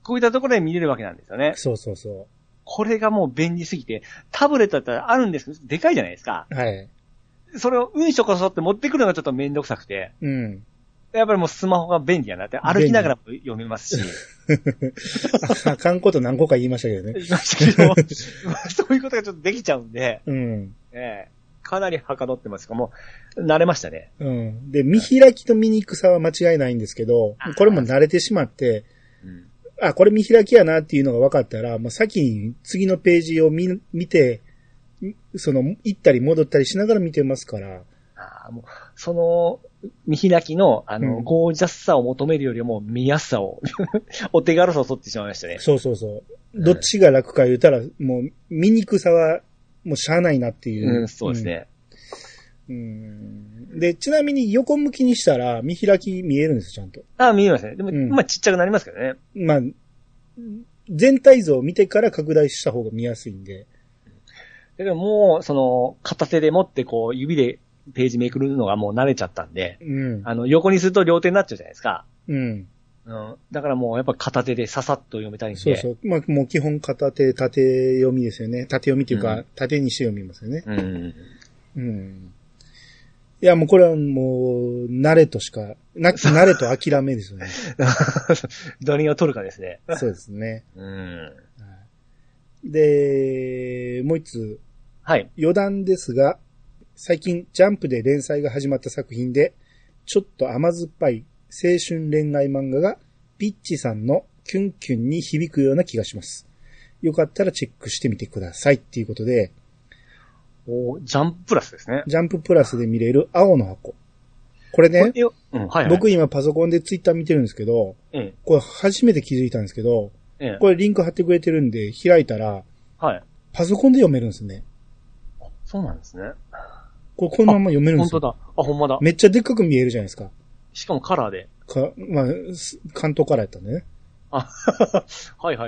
こういったところで見れるわけなんですよね。 そうそうそう。 これがもう便利すぎて、タブレットだったらあるんですけど、でかいじゃないですか。 はい。 それを運書こそって持ってくるのがちょっとめんどくさくて。 うん。 やっぱりもうスマホが便利やなって、歩きながらも読めますし。 あかんこと何個か言いましたけどね。 言いましたけど、そういうことがちょっとできちゃうんで、 うん。 かなりはかどってますが、もう、慣れましたね。 うん。で、見開きと見にくさは間違いないんですけど、これも慣れてしまって、これ見開きやなっていうのが分かったら、もう先に次のページを見て、行ったり戻ったりしながら見てますから。 もう、見開きの、ゴージャスさを求めるよりも見やすさを、お手軽さを取ってしまいましたね。 そうそうそう。どっちが楽か言うたら、もう、見にくさは、もうしゃあないなっていう。 そうですね。 で、ちなみに横向きにしたら、見開き見えるんです、ちゃんと。 見えますね。でも、ちっちゃくなりますけどね。 全体像を見てから拡大した方が見やすいんで。 でももう、片手で持って指でページめくるのがもう慣れちゃったんで、横にすると両手になっちゃうじゃないですか。だからもうやっぱ片手でささっと読めたいんで。 そうそう。もう基本片手、縦読みですよね。縦読みっていうか、縦にして読みますよね。いや、もうこれはもう、慣れと諦めですよね。 何を取るかですね。 そうですね。で、もう一つ。 はい。 余談ですが、最近ジャンプで連載が始まった作品で、ちょっと甘酸っぱい青春恋愛漫画がピッチさんのキュンキュンに響くような気がします。よかったらチェックしてみてくださいっていうことで、 ジャンププラスですね。 ジャンププラスで見れる青の箱。これね、僕今パソコンでツイッター見てるんですけど、これ初めて気づいたんですけど、これリンク貼ってくれてるんで開いたら、パソコンで読めるんですね。 そうなんですね。 このまま読めるんですよ。 本当だ。ほんまだ。 めっちゃでっかく見えるじゃないですか。 しかもカラーで。 関東カラーやったんでね。 はい。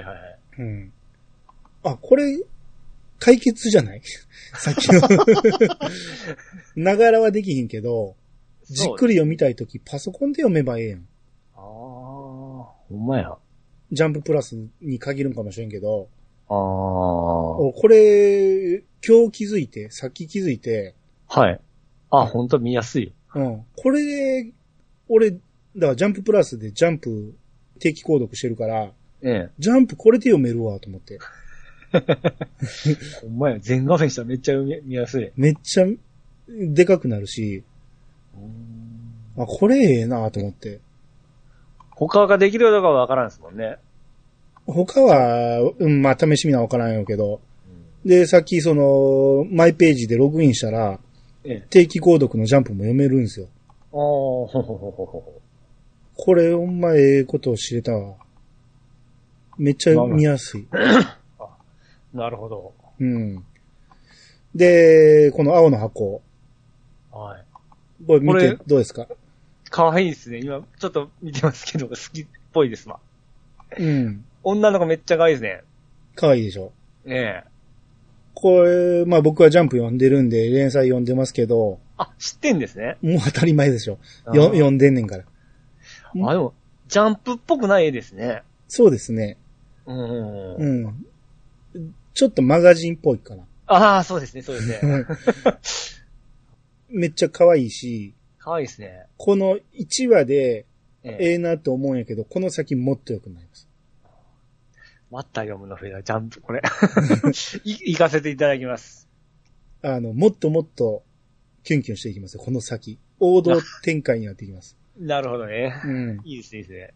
これ、解決じゃないさっきの。ながらはできひんけど、じっくり読みたいときパソコンで読めばええやん。 ほんまや。 ジャンププラスに限るんかもしれんけど。これ、さっき気づいて。 はい。ほんと見やすい。 これ、俺、だからジャンププラスでジャンプ定期購読してるから、ジャンプこれで読めるわと思って。 ほんまや、全画面したらめっちゃ見やすい。 めっちゃでかくなるし、これええなと思って。 他ができるかどうかはわからんですもんね。 他は、試しみなわからんよけど、で、さっきマイページでログインしたら、定期購読のジャンプも読めるんですよ。これ、ほんまええことを知れたわ。めっちゃ見やすい。 なるほど。 で、この青の箱。これ見てどうですか？ かわいいですね。今、ちょっと見てますけど、好きっぽいですわ。女の子めっちゃ可愛いですね。 可愛いでしょ？ ねえ。 これ、僕はジャンプ読んでるんで、連載読んでますけど。 知ってんですね。 もう当たり前でしょ。読んでんねんから。 でも、ジャンプっぽくない絵ですね。 そうですね。ちょっとマガジンっぽいかな。 そうですね。 めっちゃ可愛いし。 可愛いですね。 この1話で、ええなと思うんやけど、この先もっと良くなります。 また読むの増えた、ジャンプ、これ。行かせていただきます。 もっともっと、キュンキュンしていきますよ、この先。王道展開になっていきます。 なるほどね。いいですね。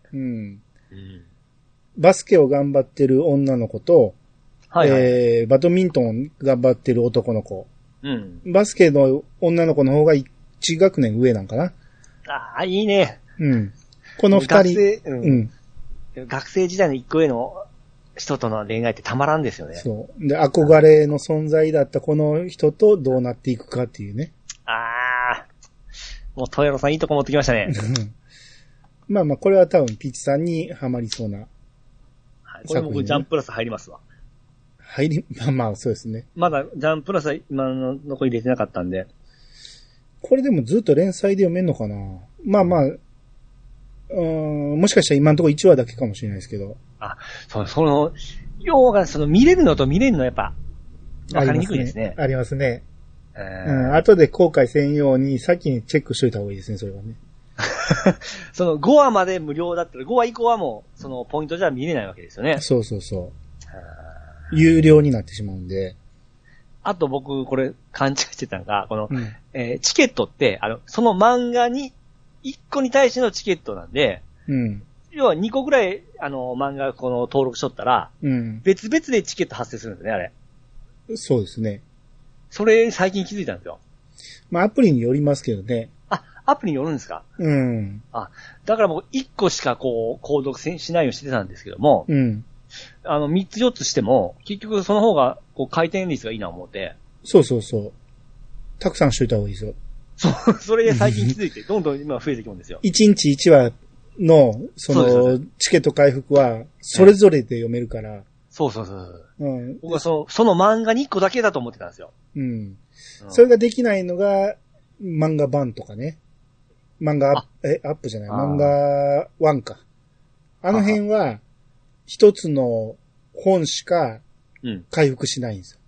バスケを頑張ってる女の子と、バドミントン頑張ってる男の子。バスケの女の子の方が1学年上なんかな。 いいね。 この2人。 学生時代の1個上の人との恋愛ってたまらんですよね。 そう。で、憧れの存在だったこの人とどうなっていくかっていうね。 もう、トヨロさんいいとこ持ってきましたね。 これは多分ピーチさんにハマりそうな。 これ僕ジャンププラス入りますわ。 そうですね。 まだジャンププラスは今の子入れてなかったんで。 これでもずっと連載で読めんのかな。もしかしたら今のところ1話だけかもしれないですけど。 要が見れるのと見れるのやっぱ、わかりにくいですね。 ありますね。後で後悔せんように先にチェックしといた方がいいですね、それはね。 5話まで無料だったら5話以降はもう、ポイントじゃ見れないわけですよね。 そうそうそう。有料になってしまうんで。 あと僕、これ勘違いしてたのが、チケットって、その漫画に、1個に対してのチケットなんで、要は2個ぐらい、漫画登録しとったら、別々でチケット発生するんですね、あれ。 そうですね。 それ最近気づいたんですよ。 まあアプリによりますけどね。 アプリによるんですか？だから僕1個しか購読しないようにしてたんですけども、3つ4つしても、結局その方が回転率がいいな思って。 そうそうそう。たくさんしといた方がいいですよ。 それで最近気づいて、どんどん今増えてきるんですよ。 1日1話の、チケット回復は、それぞれで読めるから。 そう。僕はその漫画に1個だけだと思ってたんですよ。 それができないのが、漫画版とかね。漫画アップじゃない、漫画1か。あの辺は、一つの本しか回復しないんですよ。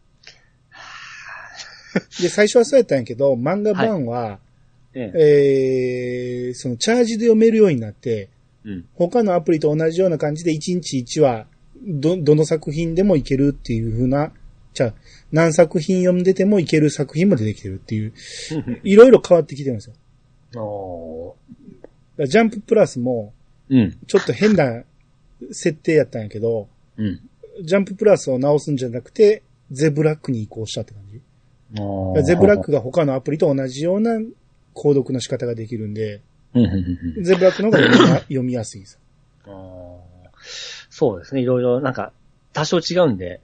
で、最初はそうやったんやけど、漫画版は、そのチャージで読めるようになって、他のアプリと同じような感じで1日1話、どの作品でもいけるっていう風な、何作品読んでてもいける作品も出てきてるっていう、いろいろ変わってきてるんですよ。ジャンププラスも、ちょっと変な設定やったんやけど、ジャンププラスを直すんじゃなくて、ゼブラックに移行したって感じ。ゼブラックが他のアプリと同じような購読の仕方ができるんで、ゼブラックの方が読みやすいです。 そうですね。いろいろなんか多少違うんで。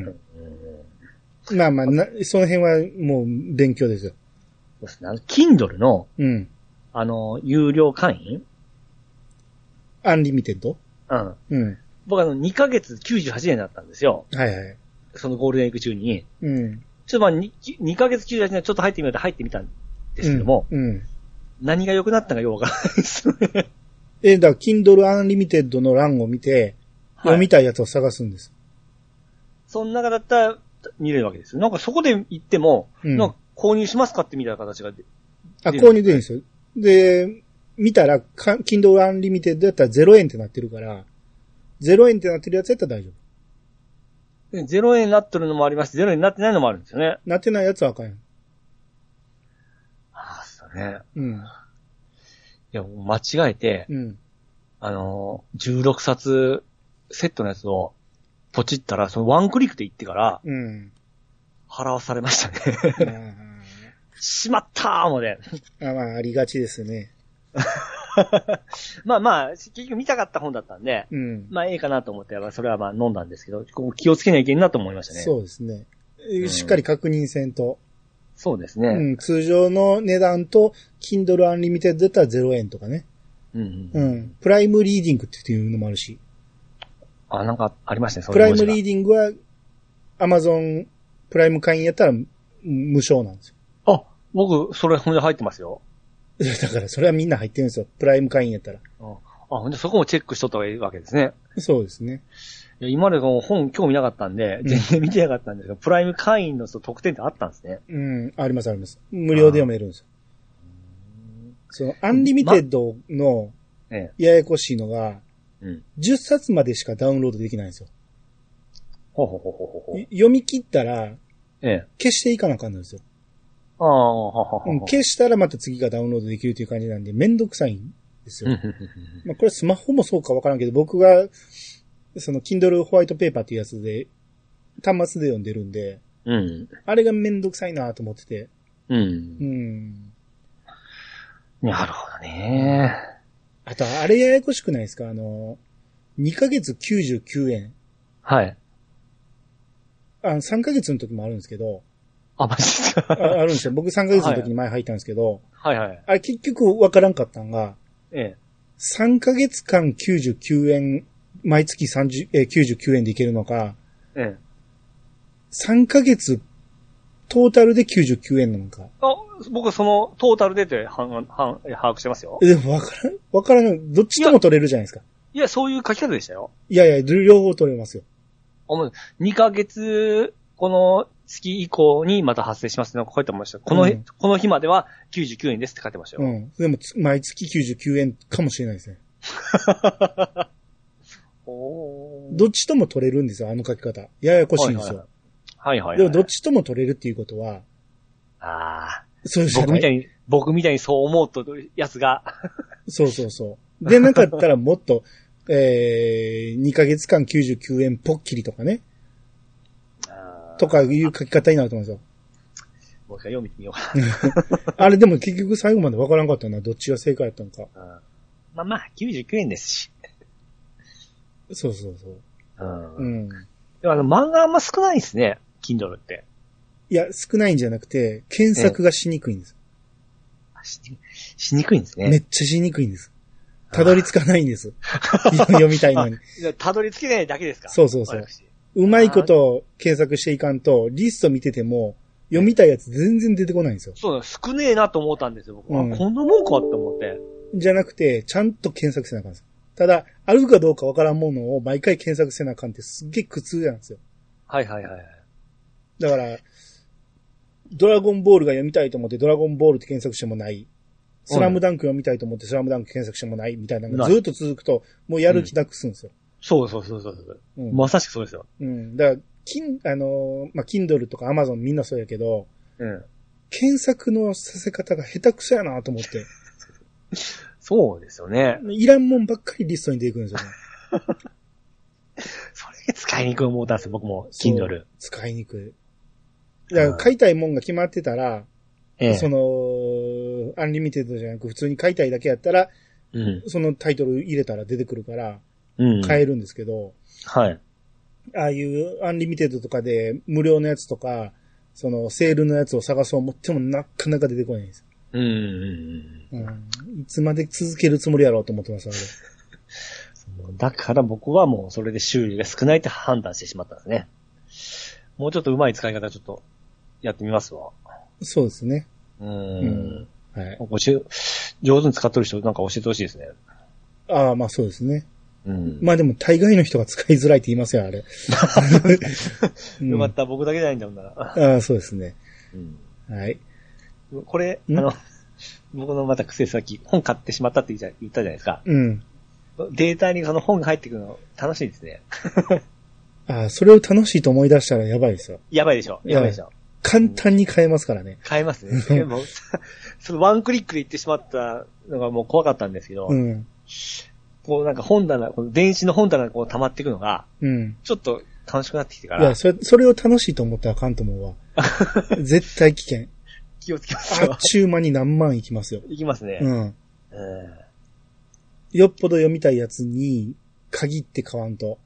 まあその辺はもう勉強ですよ。 そうですね。Kindle の、有料会員アンリミテッド？ 僕2ヶ月98円だったんですよ。そのゴールデンウィーク中に。ちょっと2ヶ月98円ちょっと入ってみようと入ってみたんですけども、何が良くなったかよくわからないですよね。 だから Kindle Unlimited の欄を見て、読みたいやつを探すんです。 その中だったら見れるわけですよ。なんかそこで行っても、なんか購入しますかって見た形が購入でいいんですよ。で、見たら、Kindle Unlimited だったら0円ってなってるから、0円ってなってるやつやったら大丈夫。 0円になってるのもありますし、0円になってないのもあるんですよね。 なってないやつはあかんよ。 そうね。いや、間違えて、16冊セットのやつをポチったら、そのワンクリックで行ってから、払わされましたね。しまったーもね。 ありがちですね。 まあ、結局見たかった本だったんで、いいかなと思って、それは飲んだんですけど、気をつけなきゃいけないなと思いましたね。 そうですね。しっかり確認せんと。 そうですね。 通常の値段と、Kindle Unlimited だったら0円とかね。プライムリーディングっていうのもあるし。 なんかありましたね、 プライムリーディングは、Amazon プライム会員やったら無償なんですよ。 僕、それほんで入ってますよ。 だから、それはみんな入ってるんですよ。プライム会員やったら。 ほんでそこもチェックしとった方がいいわけですね。 そうですね。 いや今まで本興味なかったんで、全然見てなかったんですけど、プライム会員の特典ってあったんですね。 あります。無料で読めるんですよ。その、アンリミテッドの、ややこしいのが、10冊までしかダウンロードできないんですよ。読み切ったら、消していかなあかんのですよ。消したらまた次がダウンロードできるという感じなんで、めんどくさいんですよ。これスマホもそうかわからんけど、僕が、その Kindle ホワイトペーパーっていうやつで、端末で読んでるんで、あれがめんどくさいなと思ってて。 なるほどね。 あと、あれややこしくないですか2ヶ月99円。3ヶ月の時もあるんですけど。 マジですか？ あるんですよ。僕3ヶ月の時に前入ったんですけど。 あれ結局わからんかったんが、3ヶ月間99円、毎月99円でいけるのか、3ヶ月トータルで99円なのか。 僕はそのトータルでって把握してますよ。 でもわからん。どっちとも取れるじゃないですか。 いや、そういう書き方でしたよ。 いやいや、両方取れますよ。 2ヶ月、この月以降にまた発生しますって書いてました。この日までは99円ですって書いてましたよ。 でも、毎月99円かもしれないですね。どっちとも取れるんですよ、あの書き方。ややこしいんですよ。 はいはい。 でも、どっちとも取れるっていうことは、そうじゃない。 僕みたいにそう思うとやつが。 そう。でなかったらもっと、2ヶ月間99円ポッキリとかね。とかいう書き方になると思うんですよ。 もう一回読みてみよう。あれでも結局最後までわからんかったな。どっちが正解やったのか。 まあ、99円ですし。 そう。 でも漫画あんま少ないですね。Kindle って。 いや、少ないんじゃなくて、検索がしにくいんです。 しにくいんですね。 めっちゃしにくいんです。たどり着かないんです。読みたいのに。 たどり着けないだけですか？ そう。うまいこと検索していかんと、リスト見てても、読みたいやつ全然出てこないんですよ。 そうだ、少ねえなと思ったんですよ、僕は。こんなもんかって思って。 じゃなくて、ちゃんと検索せなあかんです。ただ、あるかどうかわからんものを毎回検索せなあかんってすっげえ苦痛なんですよ。 はい。 だから、ドラゴンボールが読みたいと思ってドラゴンボールって検索してもない。スラムダンク読みたいと思ってスラムダンク検索してもないみたいなのがずっと続くと、もうやる気なくすんですよ。 そう。まさしくそうですよ。 だから、Kindle とか Amazon みんなそうやけど、検索のさせ方が下手くそやなと思って。 そうですよね。 いらんもんばっかりリストに出てくるんですよね。 それ使いにくい思ったんですよ、僕も。Kindle。 使いにくい。だから買いたいもんが決まってたら、アンリミテッドじゃなく普通に買いたいだけやったら、そのタイトル入れたら出てくるから、買えるんですけど、 はい。 ああいうアンリミテッドとかで無料のやつとか、そのセールのやつを探そう思ってもなかなか出てこないんです。いつまで続けるつもりやろうと思ってます、あれ。 だから僕はもうそれで収入が少ないって判断してしまったんですね。もうちょっと上手い使い方ちょっとやってみますわ。 そうですね。 はい。上手に使ってる人なんか教えてほしいですね。 ああ、まあそうですね。まあでも大概の人が使いづらいって言いますよ、あれ。 よかった、僕だけじゃないんだもんな。 ああ、そうですね。はい。 これ、僕のまた癖先、本買ってしまったって言ったじゃないですか。データにその本が入ってくるの楽しいですね。 ああ、それを楽しいと思い出したらやばいですよ。 やばいでしょ。 簡単に買えますからね。 買えますね。でもそのワンクリックで行ってしまったのがもう怖かったんですけど、こうなんかこの電子の本棚がこう溜まっていくのが、ちょっと楽しくなってきてから。 いや、それを楽しいと思ったらあかんと思うわ。絶対危険。 気をつけますよ。 あっちゅう間に何万いきますよ。 いきますね。 よっぽど読みたいやつに限って買わんと。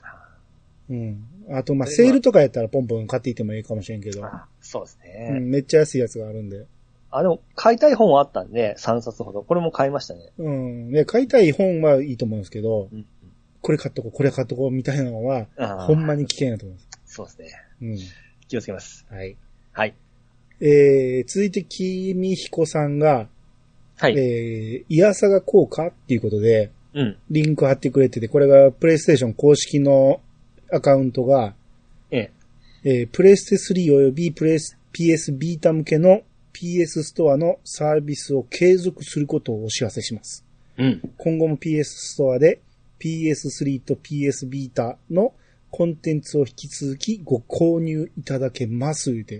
あと、セールとかやったらポンポン買っていってもいいかもしれんけど。 そうですね。 めっちゃ安いやつがあるんで。 でも、買いたい本はあったんで、3冊ほど。これも買いましたね。 買いたい本はいいと思うんですけど、これ買っとこう、これ買っとこうみたいなのは、ほんまに危険だと思います。 そうですね。気をつけます。 はい。 はい。 続いて、君彦さんが、 はい。 イヤサガ効果っていうことで、リンク貼ってくれてて、これがプレイステーション公式のアカウントが、プレステ3およびPS ビータ向けの PS ストアのサービスを継続することをお知らせします。今後も PS ストアで PS3 と PS ビータのコンテンツを引き続きご購入いただけますって。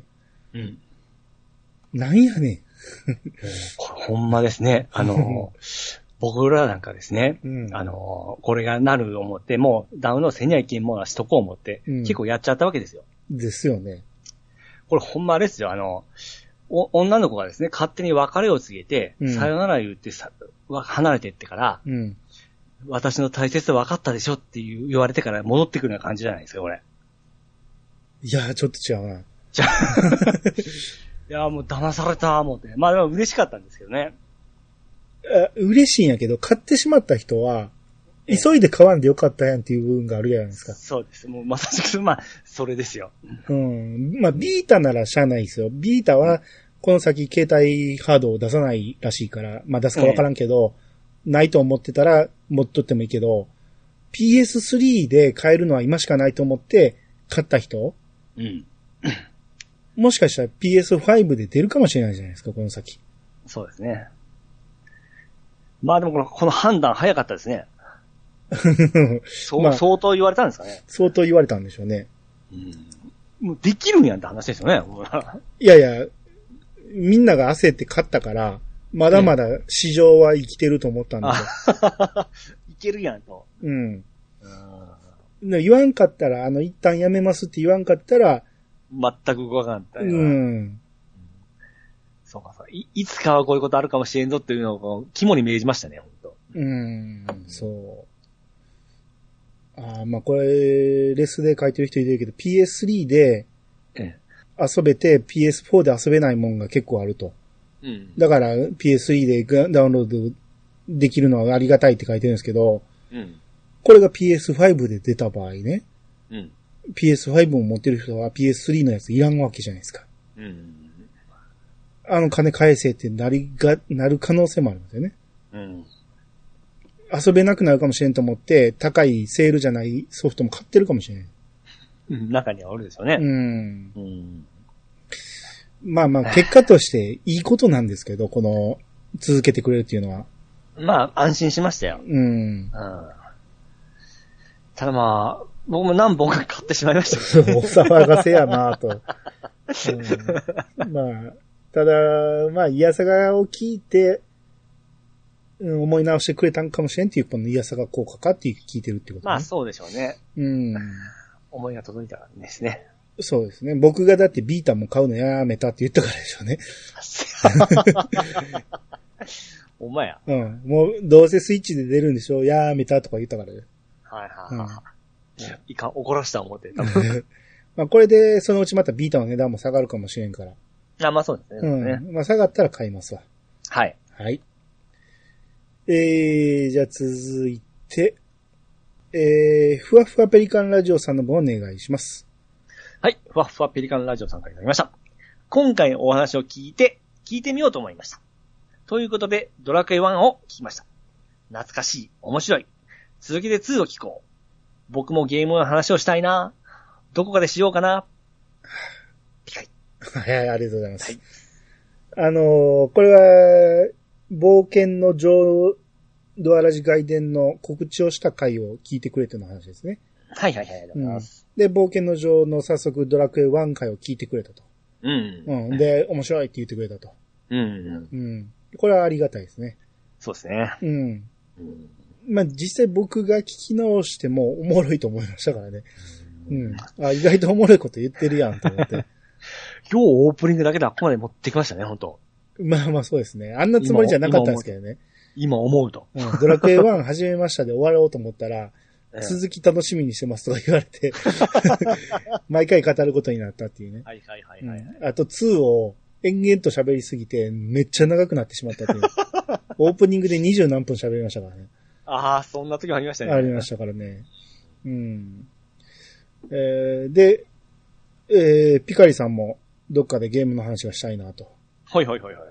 なんやねん。 これほんまですね。僕らなんかですね、これがなる思って、もうダウンロードせにゃいけんものはしとこう思って、結構やっちゃったわけですよ。 ですよね。 これほんまあれですよ、女の子がですね、勝手に別れを告げて、さよなら言って離れてってから、私の大切さ分かったでしょって言われてから戻ってくるような感じじゃないですか、これ。 いやー、ちょっと違うな。 いやー、もう騙された思って。まあでも嬉しかったんですけどね。 嬉しいんやけど、買ってしまった人は、急いで買わんでよかったやんっていう部分があるじゃないですか。 そうです。もうまさしく、まあ、それですよ。 まあ、ビータならしゃあないですよ。ビータは、この先携帯ハードを出さないらしいから、まあ出すかわからんけど、 ないと思ってたら持っとってもいいけど、PS3 で買えるのは今しかないと思って買った人、うん、もしかしたら PS5 で出るかもしれないじゃないですか、この先。 そうですね。まあでもこの判断早かったですね。まあ、相当言われたんですかね。 相当言われたんでしょうね。 もうできるんやんって話ですよね。 いやいや、みんなが焦って買ったから、まだまだ市場は生きてると思ったんだいけるやんと。 うん。言わんかったら、一旦やめますって言わんかったら、 全く動かなかったよ。うん。そうか、いつかはこういうことあるかもしれんぞっていうのを肝に銘じましたね、本当。 そう。まあこれ、レスで書いてる人いるけど、PS3 で遊べて PS4 で遊べないもんが結構あると。うん、だから PS3 でダウンロードできるのはありがたいって書いてるんですけど、うん、これが PS5 で出た場合ね、うん、PS5 を持ってる人は PS3 のやついらんわけじゃないですか。うん、金返せってなる可能性もあるんですよね。うん、遊べなくなるかもしれんと思って、高いセールじゃないソフトも買ってるかもしれない。 中にはおるでしょうね。 まあまあ、結果としていいことなんですけど、この、続けてくれるっていうのは。 まあ、安心しましたよ。ただまあ、僕も何本か買ってしまいましたけど、 お騒がせやなぁと。まあ、ただ、まあ、イヤサガを聞いて、思い直してくれたんかもしれんっていう、このイヤサガ効果かって聞いてるってことね。 まあ、そうでしょうね。思いが届いたんですね。 そうですね。僕がだってビータも買うのやめたって言ったからでしょうね。 お前や。 もう、どうせスイッチで出るんでしょうやめたとか言ったからね。 はいはい。いかん、怒らした思って。 まあこれで、そのうちまたビータの値段も下がるかもしれんから。 まあそうですね。 まあ下がったら買いますわ。 はい。 はい。じゃあ続いて、ふわふわペリカンラジオさんの方お願いします。 はい。ふわふわペリカンラジオさんからいただきました。今回お話を聞いてみようと思いました。ということで、ドラクエ1を聞きました。懐かしい、面白い。続きで2を聞こう。僕もゲームの話をしたいな。どこかでしようかな。ピカイ。 はい、ありがとうございます。はい、これは、冒険のドアラジ外伝の告知をした回を聞いてくれての話ですね。 はいはいはい、ありがとうございます。 で、冒険の女王の早速ドラクエ1回を聞いてくれたと。で、面白いって言ってくれたと。これはありがたいですね。 そうですね。 まあ、実際僕が聞き直してもおもろいと思いましたからね。意外とおもろいこと言ってるやんと思って。 今日オープニングだけであっこまで持ってきましたね、本当。 まあまあそうですね。あんなつもりじゃなかったんですけどね。 今思うと。 ドラクエ1始めましたで終わろうと思ったら、続き楽しみにしてますとか言われて、毎回語ることになったっていうね。 はいはいはいはい。 あと2を延々と喋りすぎて、めっちゃ長くなってしまったっていう。オープニングで20何分喋りましたからね。 そんな時もありましたね。 ありましたからね。で、ピカリさんもどっかでゲームの話がしたいなと。 はいはいはいはい。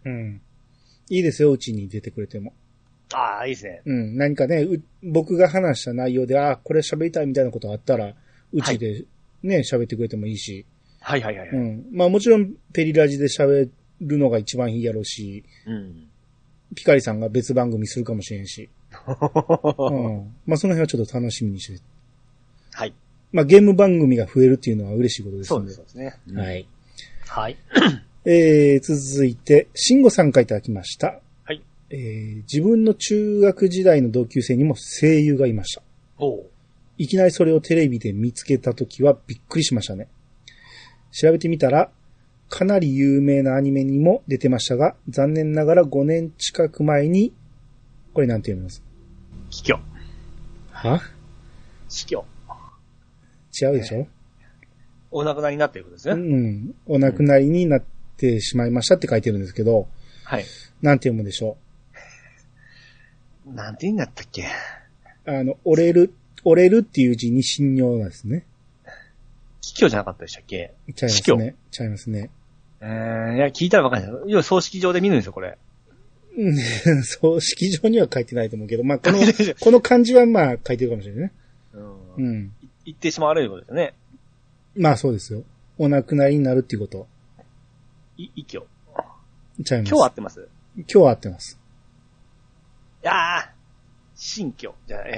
いいですよ、うちに出てくれても。 いいですね。 何かね、僕が話した内容で、これ喋りたいみたいなことあったら、うちでね、喋ってくれてもいいし。 はいはいはい。 まあもちろん、ペリラジで喋るのが一番いいやろうし、ピカリさんが別番組するかもしれんし。まあその辺はちょっと楽しみにして。 はい。 まあゲーム番組が増えるっていうのは嬉しいことですので。 そうですね。 はい。 はい。 続いて、慎吾さんからいただきました。 はい。 自分の中学時代の同級生にも声優がいました。いきなりそれをテレビで見つけたときはびっくりしましたね。調べてみたら、かなり有名なアニメにも出てましたが、残念ながら5年近く前に、これなんて読みます？ 死去。 は？ 死去。 違うでしょ？ お亡くなりになっていることですね。 お亡くなりになってしまいましたって書いてるんですけど、 はい。 なんて読むでしょう？なんて言うんだったっけ？ 折れるっていう字に信用なんですね。 死去じゃなかったでしたっけ？ ちゃいますね。 いや、聞いたらわかんない。要は葬式場で見るんですよ、これ。 そう、式場には書いてないと思うけど、まあ、この漢字はまあ書いてるかもしれないね。 うん。言ってしまわれることですよね。 まあそうですよ。お亡くなりになるっていうこと。 異教。 ちゃいます。 今日合ってます？ 今日は合ってます。 いやー、新教。じゃあ、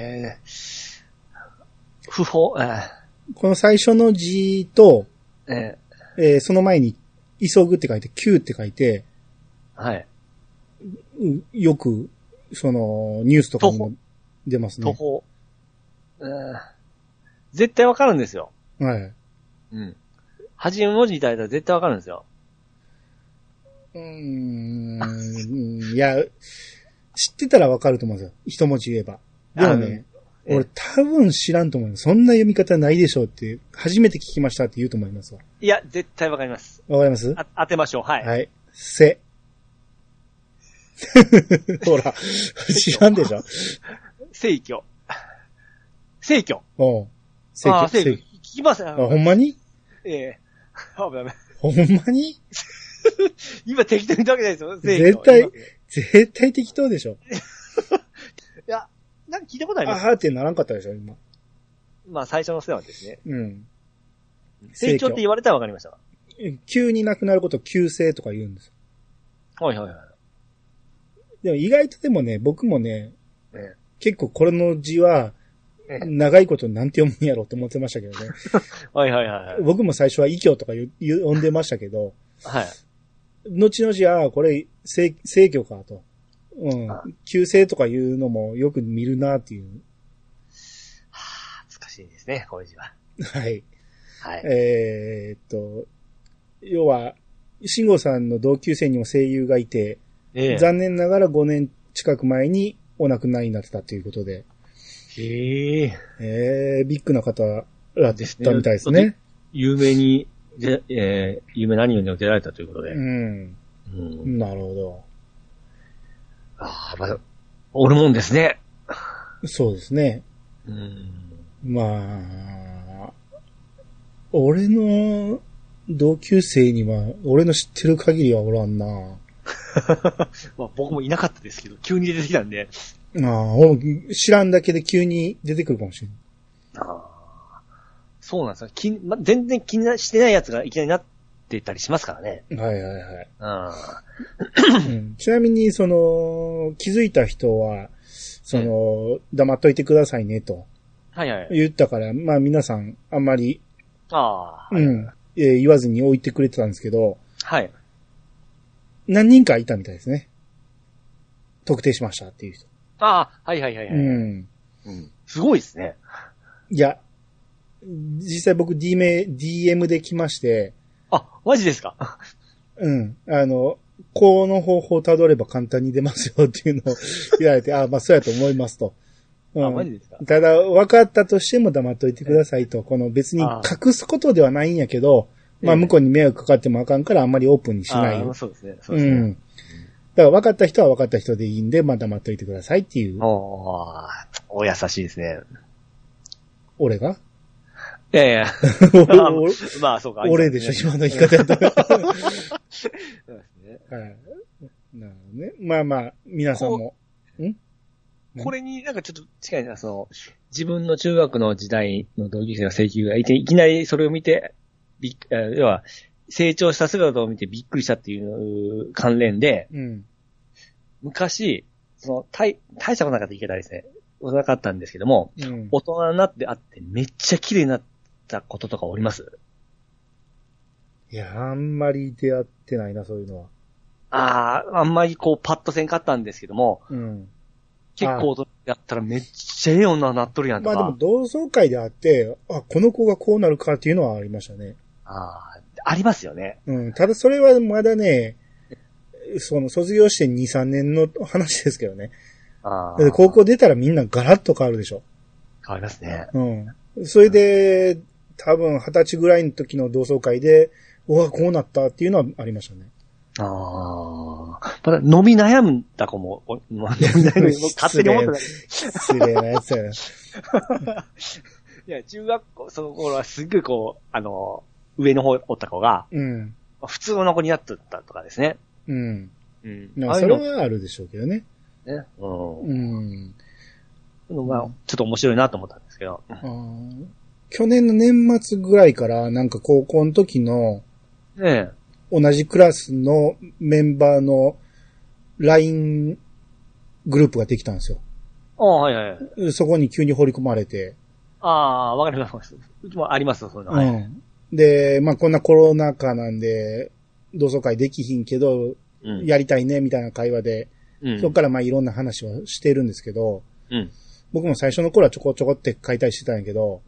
不法、 この最初の字と、その前に、急ぐって書いて、急って書いて、 はい。 よく、その、ニュースとかにも出ますね。 途方。絶対わかるんですよ。 はい。 うん。初め文字いただいたら絶対わかるんですよ。 いや、知ってたらわかると思うんですよ。一文字言えば。でもね、俺多分知らんと思います。そんな読み方ないでしょうって、初めて聞きましたって言うと思いますわ。 いや、絶対わかります。 わかります？ 当てましょう。はい。 はい。ほら、知らんでしょ？ 聖教。聖教。 おう。 聖教。聞きません。 ほんまに？ ダメ。 ほんまに？ 今適当に言ったわけないですよ。 絶対適当でしょ。いや、なんか聞いたことあります。 あーってならんかったでしょ、今。 まあ最初の世話ですね。 うん。 成長って言われたらわかりました。 急になくなることを急性とか言うんですよ。 はいはいはい。 でも意外とでもね、僕もね、結構これの字は、長いことなんて読むんやろうと思ってましたけどね。 はいはいはい。 僕も最初は異教とか呼んでましたけど、 はい。 後々、これ、聖教かと。うん。旧姓とかいうのもよく見るなっていう。 はぁ、難しいですね、こういう字は。 はい。 はい。 要は、慎吾さんの同級生にも声優がいて、残念ながら5年近く前にお亡くなりになってたということで。ビッグな方だったみたいですね。 有名なアニメにも出られたということで。 なるほど。 おるもんですね。 そうですね。まあ、俺の同級生には、俺の知ってる限りはおらんな。 まあ、僕もいなかったですけど、急に出てきたんで。 知らんだけで急に出てくるかもしれない。 そうなんですよ。全然気にしてないやつがいきなりなってたりしますからね。 はいはいはい。ちなみに、気づいた人は、黙っといてくださいねと。 はいはい。 言ったから、まあ皆さん、あんまり、言わずに置いてくれてたんですけど、 はい。 何人かいたみたいですね。特定しましたっていう人。 はいはいはいはい。すごいですね。 いや、実際僕 DM で来まして。 マジですか？ この方法を辿れば簡単に出ますよっていうのを言われて、まあそうやと思いますと。 マジですか？ ただ、分かったとしても黙っといてくださいと。別に隠すことではないんやけど、まあ向こうに迷惑かかってもあかんからあんまりオープンにしない。 そうですね。そうですね。 だから分かった人は分かった人でいいんで、まあ黙っといてくださいっていう。 お優しいですね。 俺が？ いやまあそうか。 俺でしょ、今の言い方やったら。そうですね。はい。なるほどね。まあまあ、皆さんも。 これになんかちょっと近いな、自分の中学の時代の同級生の請求がいきなりそれを見て、要は、成長した姿を見てびっくりしたっていう関連で、昔、大したことなかった言い方ですね。なかったんですけども、大人になって会ってめっちゃ綺麗になったこととかおります？ いや、あんまり出会ってないな、そういうのは。 あんまりパッとせんかったんですけども、結構やったらめっちゃええ女になっとるやんとか。 まあでも同窓会であって、この子がこうなるかっていうのはありましたね。 ありますよね。 ただそれはまだね、卒業して2、3年の話ですけどね。高校出たらみんなガラッと変わるでしょ。 変わりますね。 それで、多分20歳ぐらいの時の同窓会で、こうなったっていうのはありましたね。 まだ飲み悩んだ子も、飲み悩む勝手に思ってない。 失礼なやつやな。 いや、中学校、その頃はすっごい上の方おった子が、普通の子になっとったとかですね。 うん。 それはあるでしょうけどね。 ね。 うん。 まあ、ちょっと面白いなと思ったんですけど。 去年の年末ぐらいからなんか高校の時の、 ね同じクラスのメンバーの LINE グループができたんですよ。 はいはい。 そこに急に掘り込まれて。 わかります。うちもありますよ、そういうの。 うん。で、まあこんなコロナ禍なんで、同窓会できひんけど、やりたいね、みたいな会話で、そこからまあいろんな話をしてるんですけど、僕も最初の頃はちょこちょこって書いたりしてたんやけど、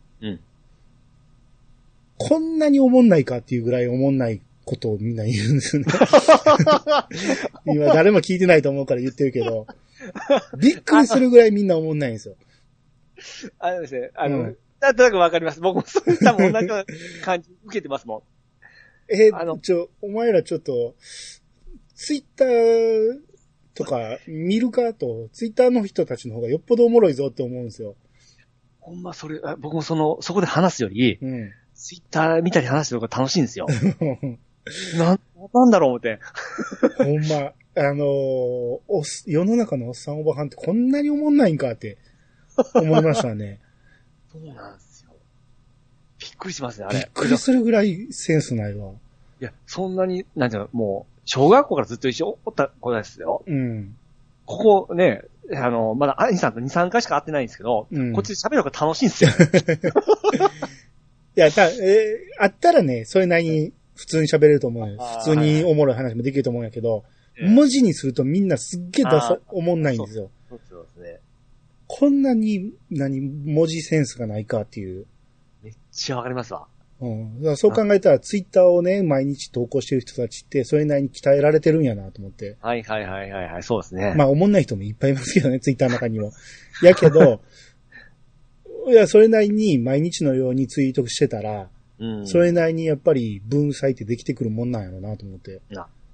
こんなに思んないかっていうぐらい思んないことをみんな言うんですよね。今誰も聞いてないと思うから言ってるけど、びっくりするぐらいみんな思んないんですよ。 ですね、なんとなくわかります。僕もそういったもん同じ感じ受けてますもん。 お前らちょっと、ツイッターとか見るかと、ツイッターの人たちの方がよっぽどおもろいぞって思うんですよ。 ほんま僕もそこで話すより、ツイッター見たり話してる方が楽しいんですよ。なんだろう思って。 ほんま、世の中のおっさんおばはんってこんなに思んないんかって思いましたね。 そうなんですよ。びっくりしますね、あれ。 びっくりするぐらいセンスないわ。 いや、そんなに、なんていうの、もう、小学校からずっと一緒おった子ですよ。ここね、まだ兄さんと2、3回しか会ってないんですけど、こっちで喋る方が楽しいんですよ。 いや、あったらね、それなりに普通に喋れると思うよ。普通におもろい話もできると思うんやけど、文字にするとみんなすっげえおもんないんですよ。 そうですね。 こんなに、文字センスがないかっていう。 めっちゃわかりますわ。 だからそう考えたら、ツイッターをね、毎日投稿してる人たちって、それなりに鍛えられてるんやなと思って。 はい、そうですね。 まあ、おもんない人もいっぱいいますけどね、ツイッターの中にも。やけど、いや、それなりに毎日のようにツイートしてたら、それなりにやっぱり文才ってできてくるもんなんやろなと思って。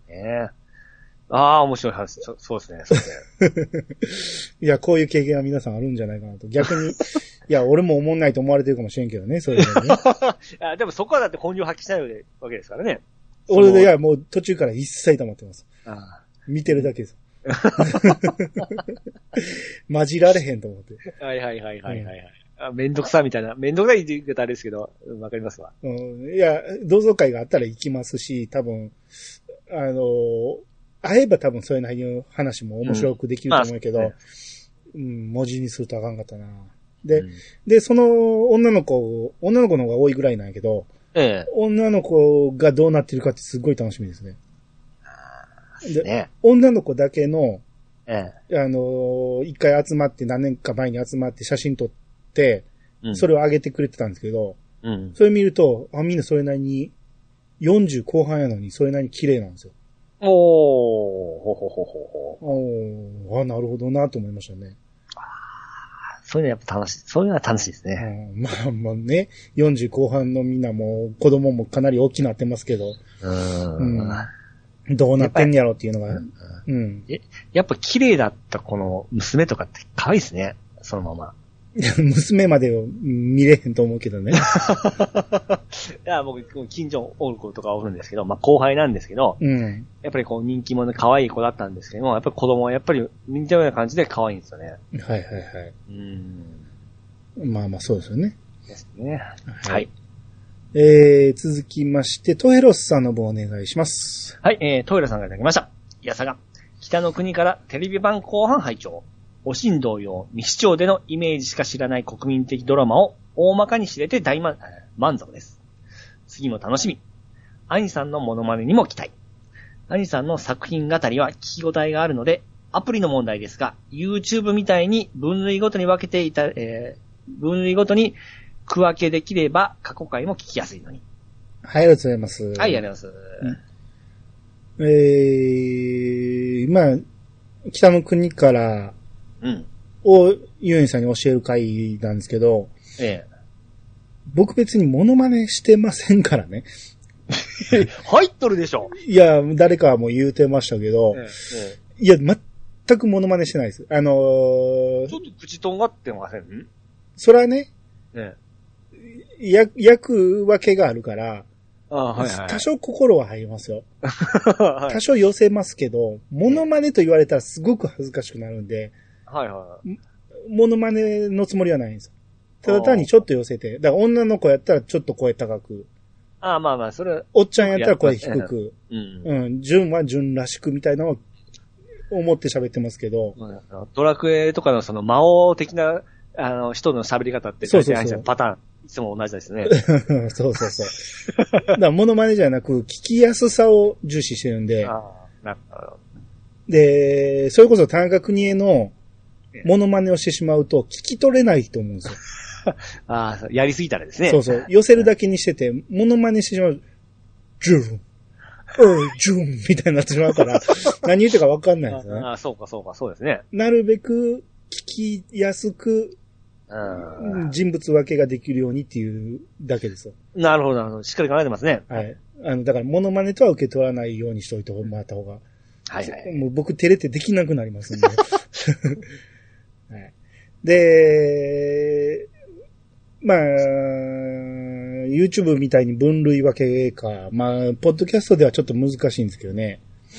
面白い話。そうですね。 いや、こういう経験は皆さんあるんじゃないかなと。逆に、いや、俺も思んないと思われてるかもしれんけどね、そういうのね。 でもそこはだって本領発揮しないわけですからね。 いや、もう途中から一切黙ってます。見てるだけです。混じられへんと思って。 はい。めんどくさみたいな。めんどくさいって言う方あれですけど、わかりますわ。 いや、同窓会があったら行きますし、多分、会えば多分そういう内容の話も面白くできると思うけど、文字にするとあかんかったな。で、その女の子の方が多いぐらいなんやけど、女の子がどうなってるかってすごい楽しみですね。で、女の子だけの、一回集まって何年か前に集まって写真撮って、それを上げてくれてたんですけど、それ見ると、みんなそれなりに、40後半やのにそれなりに綺麗なんですよ。なるほどなと思いましたね。 そういうのやっぱ楽しい。そういうのは楽しいですね。 まあね、40後半のみんなも子供もかなり大きくなってますけど、どうなってんやろっていうのが、 やっぱ綺麗だったこの娘とかって可愛いですね。そのまま。 娘までを見れへんと思うけどね。 いや、僕、近所おる子とかおるんですけど、まあ後輩なんですけど、やっぱりこう人気者で可愛い子だったんですけども、やっぱり子供はやっぱり似たような感じで可愛いんですよね。 はい。まあそうですよね。 ですね。はい。 続きまして、トヘロスさんの方お願いします。 はい、トヘロさんがいただきました。いやさが、北の国からテレビ版後半拝聴。おしん同様、未視聴でのイメージしか知らない国民的ドラマを大まかに知れて満足です。次も楽しみ。兄さんのモノマネにも期待。兄さんの作品語りは聞き応えがあるので、アプリの問題ですが、YouTube みたいに分類ごとに分けていた、分類ごとに区分けできれば過去回も聞きやすいのに。 はい、ありがとうございます。 はい、ありがとうございます。まあ、北の国から、をユーエンさんに教える回なんですけど、僕別にモノマネしてませんからね。 入っとるでしょ。 いや、誰かはもう言うてましたけど、いや、全くモノマネしてないです。ちょっと口とんがってません？ それはね、役分けがあるから、 はいはい。 多少心は入りますよ。はい、多少寄せますけど、モノマネと言われたらすごく恥ずかしくなるんで、 はいはい。 モノマネのつもりはないんですよ。ただ単にちょっと寄せて、だから女の子やったらちょっと声高く。 まあまあ、それおっちゃんやったら声低く。純は純らしくみたいなのを思って喋ってますけど。 ドラクエとかのその魔王的な、人の喋り方って大体パターン、いつも同じですね。 そう。だからモノマネじゃなく、聞きやすさを重視してるんで。で、それこそ田中邦衛のモノマネをしてしまうと聞き取れないと思うんですよ。 やりすぎたらですね。 そう。寄せるだけにしてて、モノマネしてしまう。ジュン。ジュンみたいになってしまうから、何言ってるか分かんないですね。 そうですね。 なるべく聞きやすく、人物分けができるようにっていうだけですよ。 なるほど。しっかり考えてますね。 はい。だから、モノマネとは受け取らないようにしといてもらった方が。 はい。 もう僕、照れてできなくなりますんで。はい。で、まあ、YouTube みたいに分類分けか。まあ、ポッドキャストではちょっと難しいんですけどね。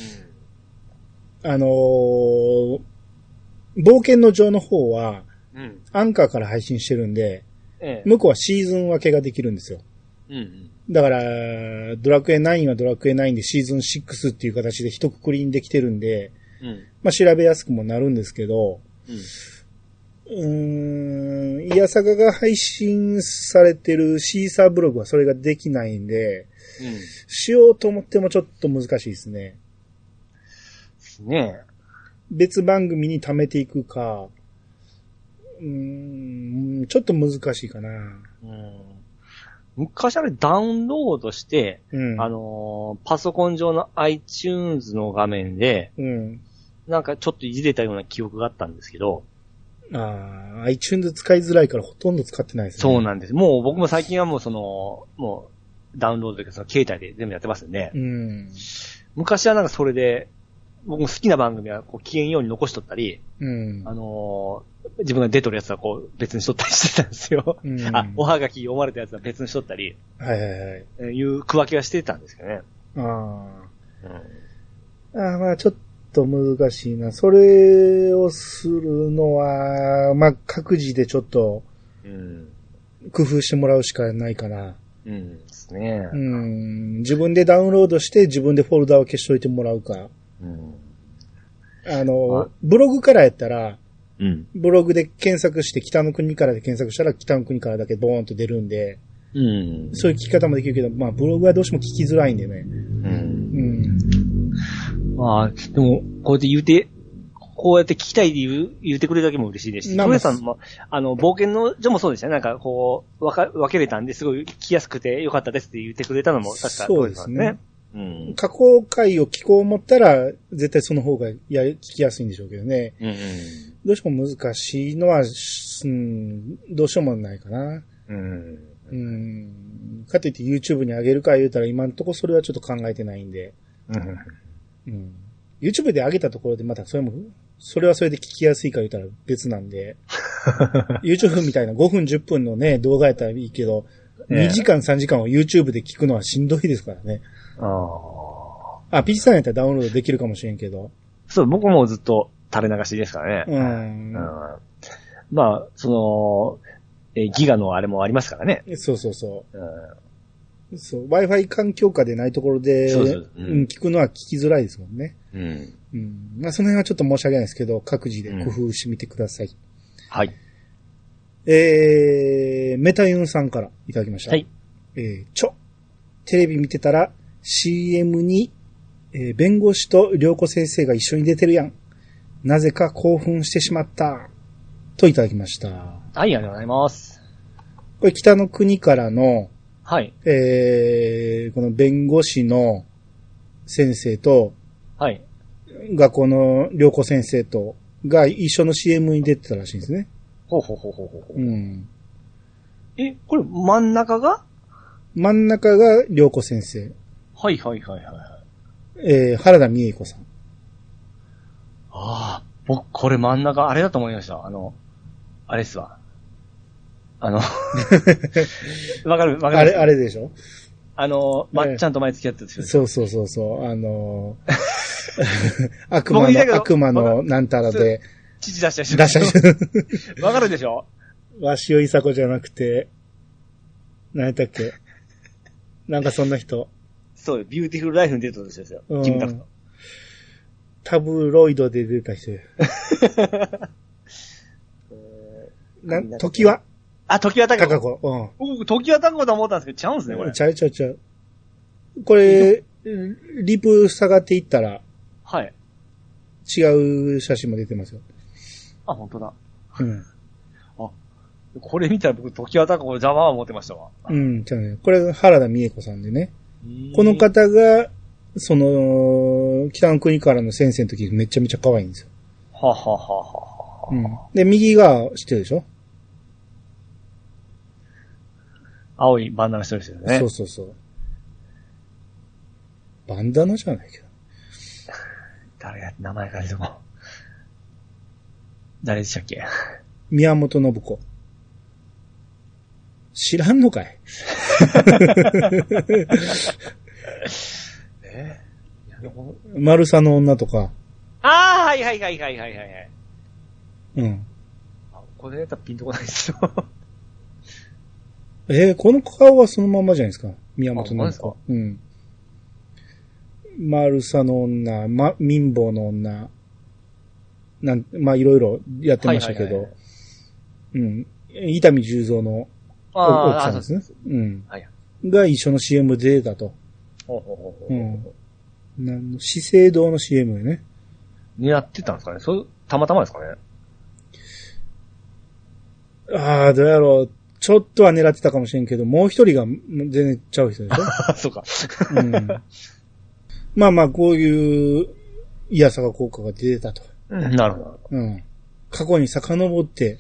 冒険の城の方は、アンカーから配信してるんで、向こうはシーズン分けができるんですよ。だから、ドラクエ9はドラクエ9でシーズン6っていう形で一括りにできてるんで、まあ調べやすくもなるんですけど、イヤサガが配信されてるシーサーブログはそれができないんで、しようと思ってもちょっと難しいですね。別番組に貯めていくか、ちょっと難しいかな。 昔ダウンロードして、パソコン上の iTunes の画面で、なんかちょっといじれたような記憶があったんですけど、 iTunes 使いづらいからほとんど使ってないですね。 そうなんです。もう僕も最近はもうダウンロードというかその携帯で全部やってますんで、昔はなんかそれで、僕も好きな番組はこう消えんように残しとったり、自分が出とるやつはこう別にしとったりしてたんですよ。おはがき読まれたやつは別にしとったり、いう区分けはしてたんですけどね。 まあちょっと難しいな。それをするのは、まあ各自でちょっと、工夫してもらうしかないかな。 ですね。 自分でダウンロードして自分でフォルダを消しといてもらうか。ブログからやったら、ブログで検索して北の国からで検索したら北の国からだけボーンと出るんで、そういう聞き方もできるけど、まあブログはどうしても聞きづらいんでね。 まあ、でも、こうやって聞きたいで言ってくれるだけも嬉しいですし、トレさんも、冒険の女もそうでしたね。なんかこう、分けれたんですごい聞きやすくてよかったですって言ってくれたのも確かそうですね。過去回を聞こう思ったら、絶対その方が聞きやすいんでしょうけどね。どうしても難しいのは、どうしようもないかな。かといって YouTube に上げるか言うたら今のところそれはちょっと考えてないんで。YouTube で上げたところでまたそれはそれで聞きやすいか言うたら別なんで。YouTube みたいな5分10分のね、動画やったらいいけど、2時間3時間を YouTube で聞くのはしんどいですからね。ピチさんやったらダウンロードできるかもしれんけど。 そう、僕もずっと垂れ流しですからね。まあ、ギガのあれもありますからね。 そう。Wi-Fi 環境下でないところで、聞くのは聞きづらいですもんね。まあ、その辺はちょっと申し訳ないですけど、各自で工夫してみてください。 はい。 メタユンさんからいただきました。 はい。 テレビ見てたら CM に、弁護士と涼子先生が一緒に出てるやん。なぜか興奮してしまった。といただきました。はい、 ありがとうございます。 これ北の国からの、 はい。 この弁護士の先生と、 はい。 学校の涼子先生とが一緒の CM に出てたらしいんですね。 ほう。これ真ん中が涼子先生。 はい。原田美恵子さん。 僕これ真ん中あれだと思いました。あれっすわ。わかる。 あれでしょ？ まっちゃんと前付き合ってたですよ。そう。悪魔のなんたらで。 父出した人。わかるでしょ？ 鷲尾いさ子じゃなくて、何やったっけ？なんかそんな人。 そう、ビューティフルライフに出てたんですよ。キムタクの。 タブロイドで出た人。時は時は高子。 僕、時は高子と思ったんですけど、ちゃうんですね、これ。 ちゃう。これ、リプ下がっていったら、 はい。 違う写真も出てますよ。 あ、本当だ。 うん。 これ見たら僕、時は高子邪魔は思ってましたわ。 うん、じゃあね。これ、原田美恵子さんでね。この方が、北の国からの先生の時めちゃめちゃ可愛いんですよ。うん。で、右が知ってるでしょ？ 青いバンダナしてる人ですよね。 そう。バンダナじゃないけど。 誰が名前書いても。誰でしたっけ？ 宮本信子。知らんのかい？マルサの女とか。 はい。 うん。 これやったらピンとこないですよ。 この顔はそのままじゃないですか。宮本信子。うん。マルサの女、民房の女。いろいろやってましたけど。うん。伊丹十三の奥さんですね。うん。が一緒の CM で出たと。うん。資生堂の CM でね。 狙ってたんですかね？たまたまですかね？ どうやろう。ちょっとは狙ってたかもしれんけど、もう一人が全然ちゃう人でしょ？ そうか。 うん。こういうイヤサガ効果が出てたと。 なるほど。 うん。過去に遡って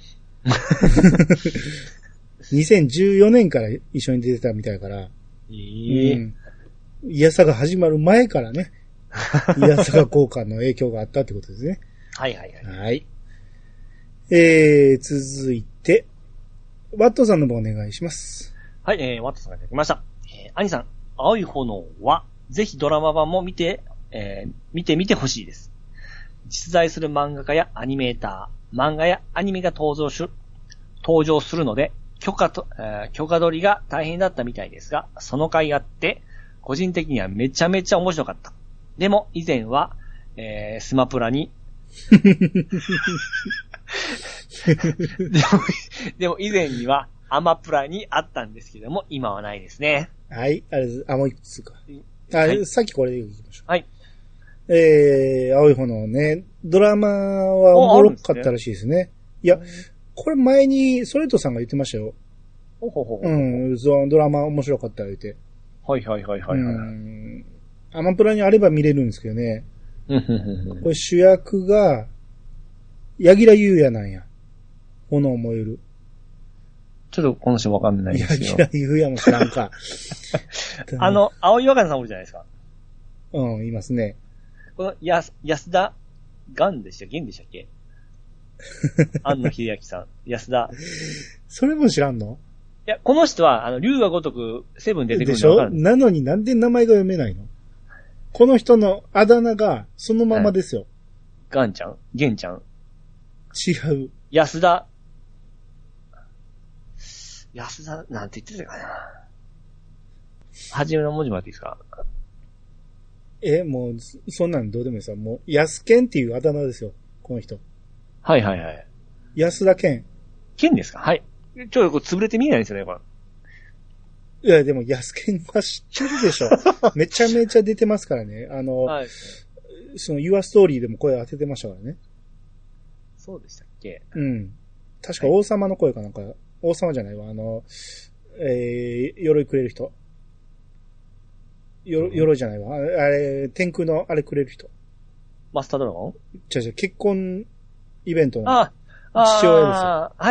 、2014年から一緒に出てたみたいから、うん。イヤサガ始まる前からね、イヤサガ効果の影響があったってことですね。 はい。 はい。続いて、ワットさんの方お願いします。 はい、ワットさんがいただきました。兄さん、青い炎は、ぜひドラマ版も見てほしいです。実在する漫画家やアニメーター、漫画やアニメが登場するので、許可取りが大変だったみたいですが、その甲斐あって、個人的にはめちゃめちゃ面白かった。でも、以前は、スマプラに、でも以前にはアマプラにあったんですけども、今はないですね。 はい、もう一つか。さっきこれでいきましょう。 はい。 青い炎ね、ドラマはおもろかったらしいですね。いや、これ前にソレトさんが言ってましたよ。うん、ドラマ面白かった言って。 はい。 アマプラにあれば見れるんですけどね。これ主役が、柳楽優弥なんや。炎燃える。 ちょっとこの人わかんないですよ。 柳楽優弥も知らんか。 青い若菜さんおるじゃないですか。 うん、いますね。 この安田源でしたっけ庵野秀明さん。安田。 それも知らんの？ いや、この人は、竜が如くセブン出てくるでしょ？なのになんで名前が読めないの？この人のあだ名がそのままですよ。 源ちゃん違う。 安田、なんて言ってたかな。初めの文字もらっていいですか？ もう、そんなんどうでもいいさ。もう、安健っていうあだ名ですよ。この人。 はい。 安田健。 健ですか？はい。ちょっと潰れて見えないんですよね、これ。 いや、でも安健は知ってるでしょ。めちゃめちゃ出てますからね。はい、その Your Story でも声当ててましたからね。 そうでしたっけ？ うん。確か王様の声かなんか、王様じゃないわ。鎧くれる人。鎧じゃないわ。あれ、天空のあれくれる人。 マスタードラゴン？ 違う、結婚イベントの父親ですよ。 はい。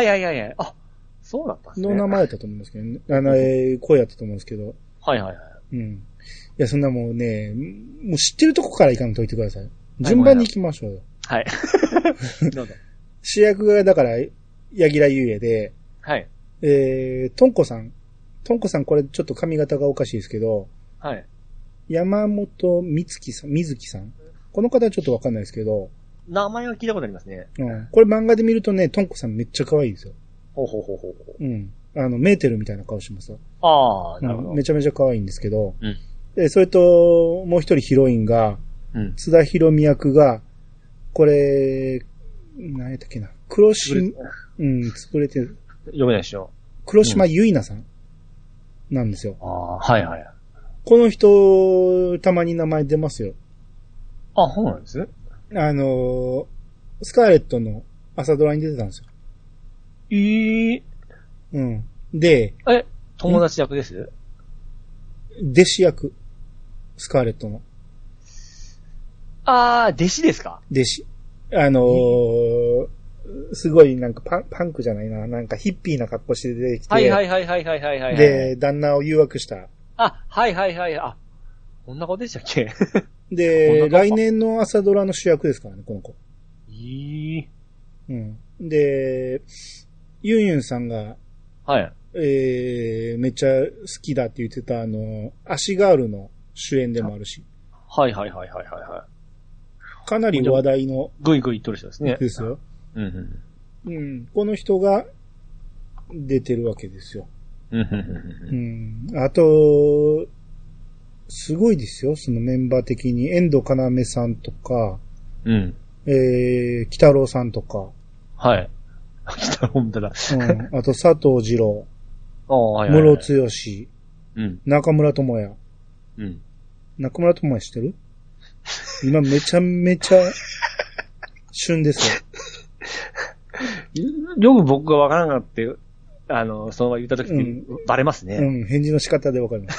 あ、そうだったんですね。 の名前だったと思うんですけどね。声やったと思うんですけど。 はい。 うん。いや、そんなもうね、もう知ってるとこから行かんといてください。順番に行きましょうよ。 はい。どうぞ。 主役がだから、柳楽優弥で、 はい。 とんこさん、 トンコさんこれちょっと髪型がおかしいですけど、 はい。 山本水木さん。この方はちょっとわかんないですけど。 名前は聞いたことありますね。 うん。これ漫画で見るとね、トンコさんめっちゃ可愛いですよ。 ほうほうほうほう。 うん。メーテルみたいな顔してますよ。 ああ、なるほど。 めちゃめちゃ可愛いんですけど。 うん。 で、それと、もう一人ヒロインが、うん。津田博美役が、これ、何やったっけな。潰れてる。 読めないでしょ。 黒島結菜さん。なんですよ。 ああ、はいはい。 この人、たまに名前出ますよ。 あ、そうなんです。 スカーレットの朝ドラに出てたんですよ。うん。で、 友達役です？ 弟子役。スカーレットの。 あー、弟子ですか？ 弟子。すごいなんかパンクじゃないな。なんかヒッピーな格好して出てきて。 はい。 で、旦那を誘惑した。 あ、はい。あ、こんな子でしたっけ？ で、来年の朝ドラの主役ですからね、この子。うん。で、ユンユンさんが、 はい。 めっちゃ好きだって言ってたアシガールの主演でもあるし。 はい。 かなり話題の。 グイグイ言っとる人ですね。 ですよ。 うん。 この人が出てるわけですよ。あと、すごいですよ、そのメンバー的に。遠藤要さんとか、 うん。 北郎さんとか。 はい。北郎みたいな。 あと佐藤二郎。室津義。 うん。 中村智也。 うん。 中村智也知ってる？今めちゃめちゃ旬ですよ。よく僕がわからなかった。そのまま言った時ってバレますね。 返事の仕方でわかります。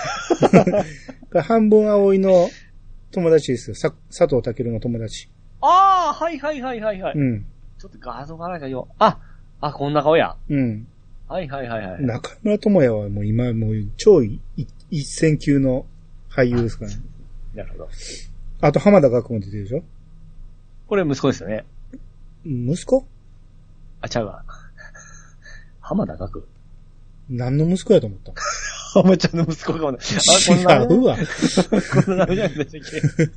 半分葵の友達ですよ。佐藤健の友達。 ああ、はい。 うん。 ちょっと画像がないかよ。あ、こんな顔や。 うん。 はい。 中村智也はもう今超一線級の俳優ですからね。 なるほど。 あと浜田岳も出てるでしょ？ これ息子ですよね。 息子？ あ、ちゃうわ。浜田岳？ 何の息子やと思った？ 浜ちゃんの息子かもね。 違うわ。 こんな名前じゃないですか。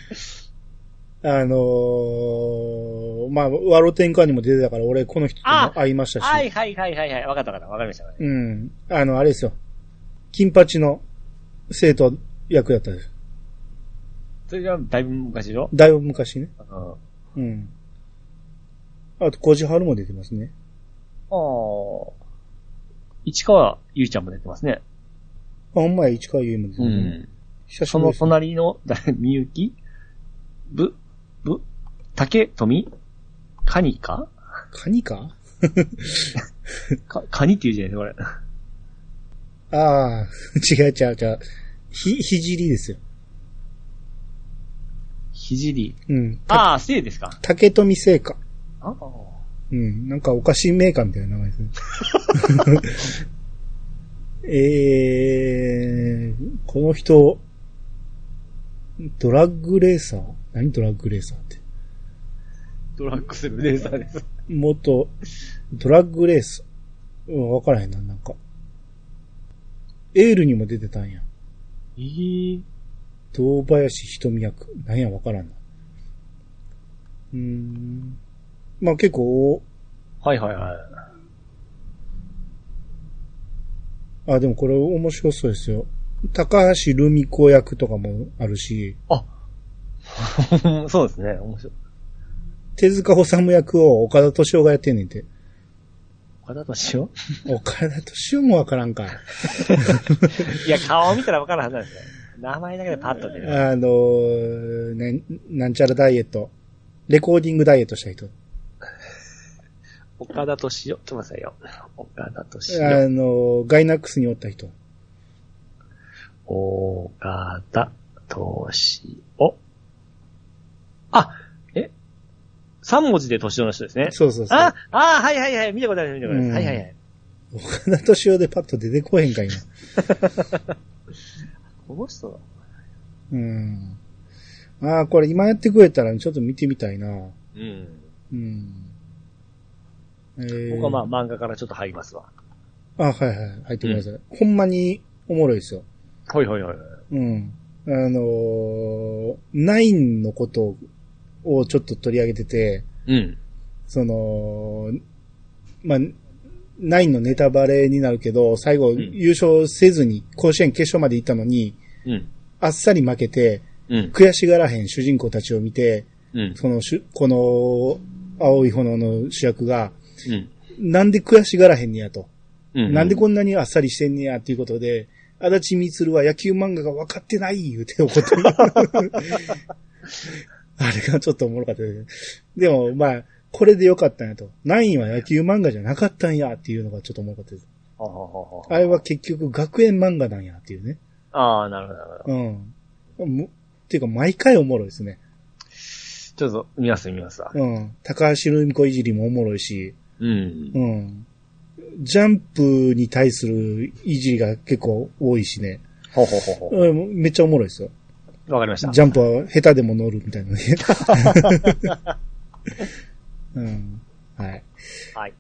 ワロテンカーにも出てたから、俺この人とも会いましたし。 はい。わかりました、ね。 うん。あれですよ。金八の生徒役やったです。 それがだいぶ昔でしょ？ だいぶ昔ね。うん。あと、小路春も出てますね。 市川ゆいちゃんも出てますね。 ほんまや、市川ゆいも出てますね。 久しぶりですね。その隣の、みゆき？竹富？カニかカニかカニって言うじゃないですか、 これ。ああ、違う。ひじりですよ。 ひじり。 うん。 せいですか。 竹富製菓。 ああ。 うん。なんかお菓子メーカーみたいな名前ですね。この人、ドラッグレーサー？何ドラッグレーサーって。 ドラッグするレーサーです。 元、ドラッグレース。わからへんな、なんか。エールにも出てたんや。堂林瞳役。なんやわからんな。まあ結構。 はい。 でもこれ面白そうですよ。高橋留美子役とかもあるし。 そうですね。面白い。 手塚治虫役を岡田敏夫がやってんねんて。 岡田敏夫？ 岡田敏夫もわからんか。 いや、顔見たらわからんはずなんですよ。名前だけでパッと出る。 なんちゃらダイエット。レコーディングダイエットした人。 岡田敏夫。ちょっと待ってくださいよ。岡田敏夫。 ガイナックスにおった人。 岡田敏夫。3文字で敏夫の人ですね。 そう。 はい。見たことある。はい。 岡田敏夫でパッと出てこへんかいな。 この人だ。これ今やってくれたらちょっと見てみたいな。 僕は漫画からちょっと入りますわ。 あ、はいはい。入ってください。ほんまにおもろいですよ。 はいはいはい。 うん。ナインのことをちょっと取り上げてて、 うん。 まあ、ナインのネタバレになるけど、最後優勝せずに甲子園決勝まで行ったのに、 うん。 あっさり負けて、 うん。 悔しがらへん主人公たちを見て、 うん。 この、青い炎の主役が、 うん。 なんで悔しがらへんねやと。 うん。 なんでこんなにあっさりしてんねやっていうことで、足立みつるは野球漫画が分かってない言うて怒ってる。あれがちょっとおもろかったです。でも、まあ、これでよかったんやと。ナインは野球漫画じゃなかったんやっていうのがちょっとおもろかったです。あれは結局学園漫画なんやっていうね。 ああ、なるほど、なるほど。うん。っていうか、毎回おもろいですね。 ちょっと、見ますわ。 うん。高橋留美子いじりもおもろいし。 うん。 うん。ジャンプに対するいじりが結構多いしね。 ほうほうほうほう。 めっちゃおもろいですよ。 わかりました。 ジャンプは下手でも乗るみたいなね。うん。はい。 はい。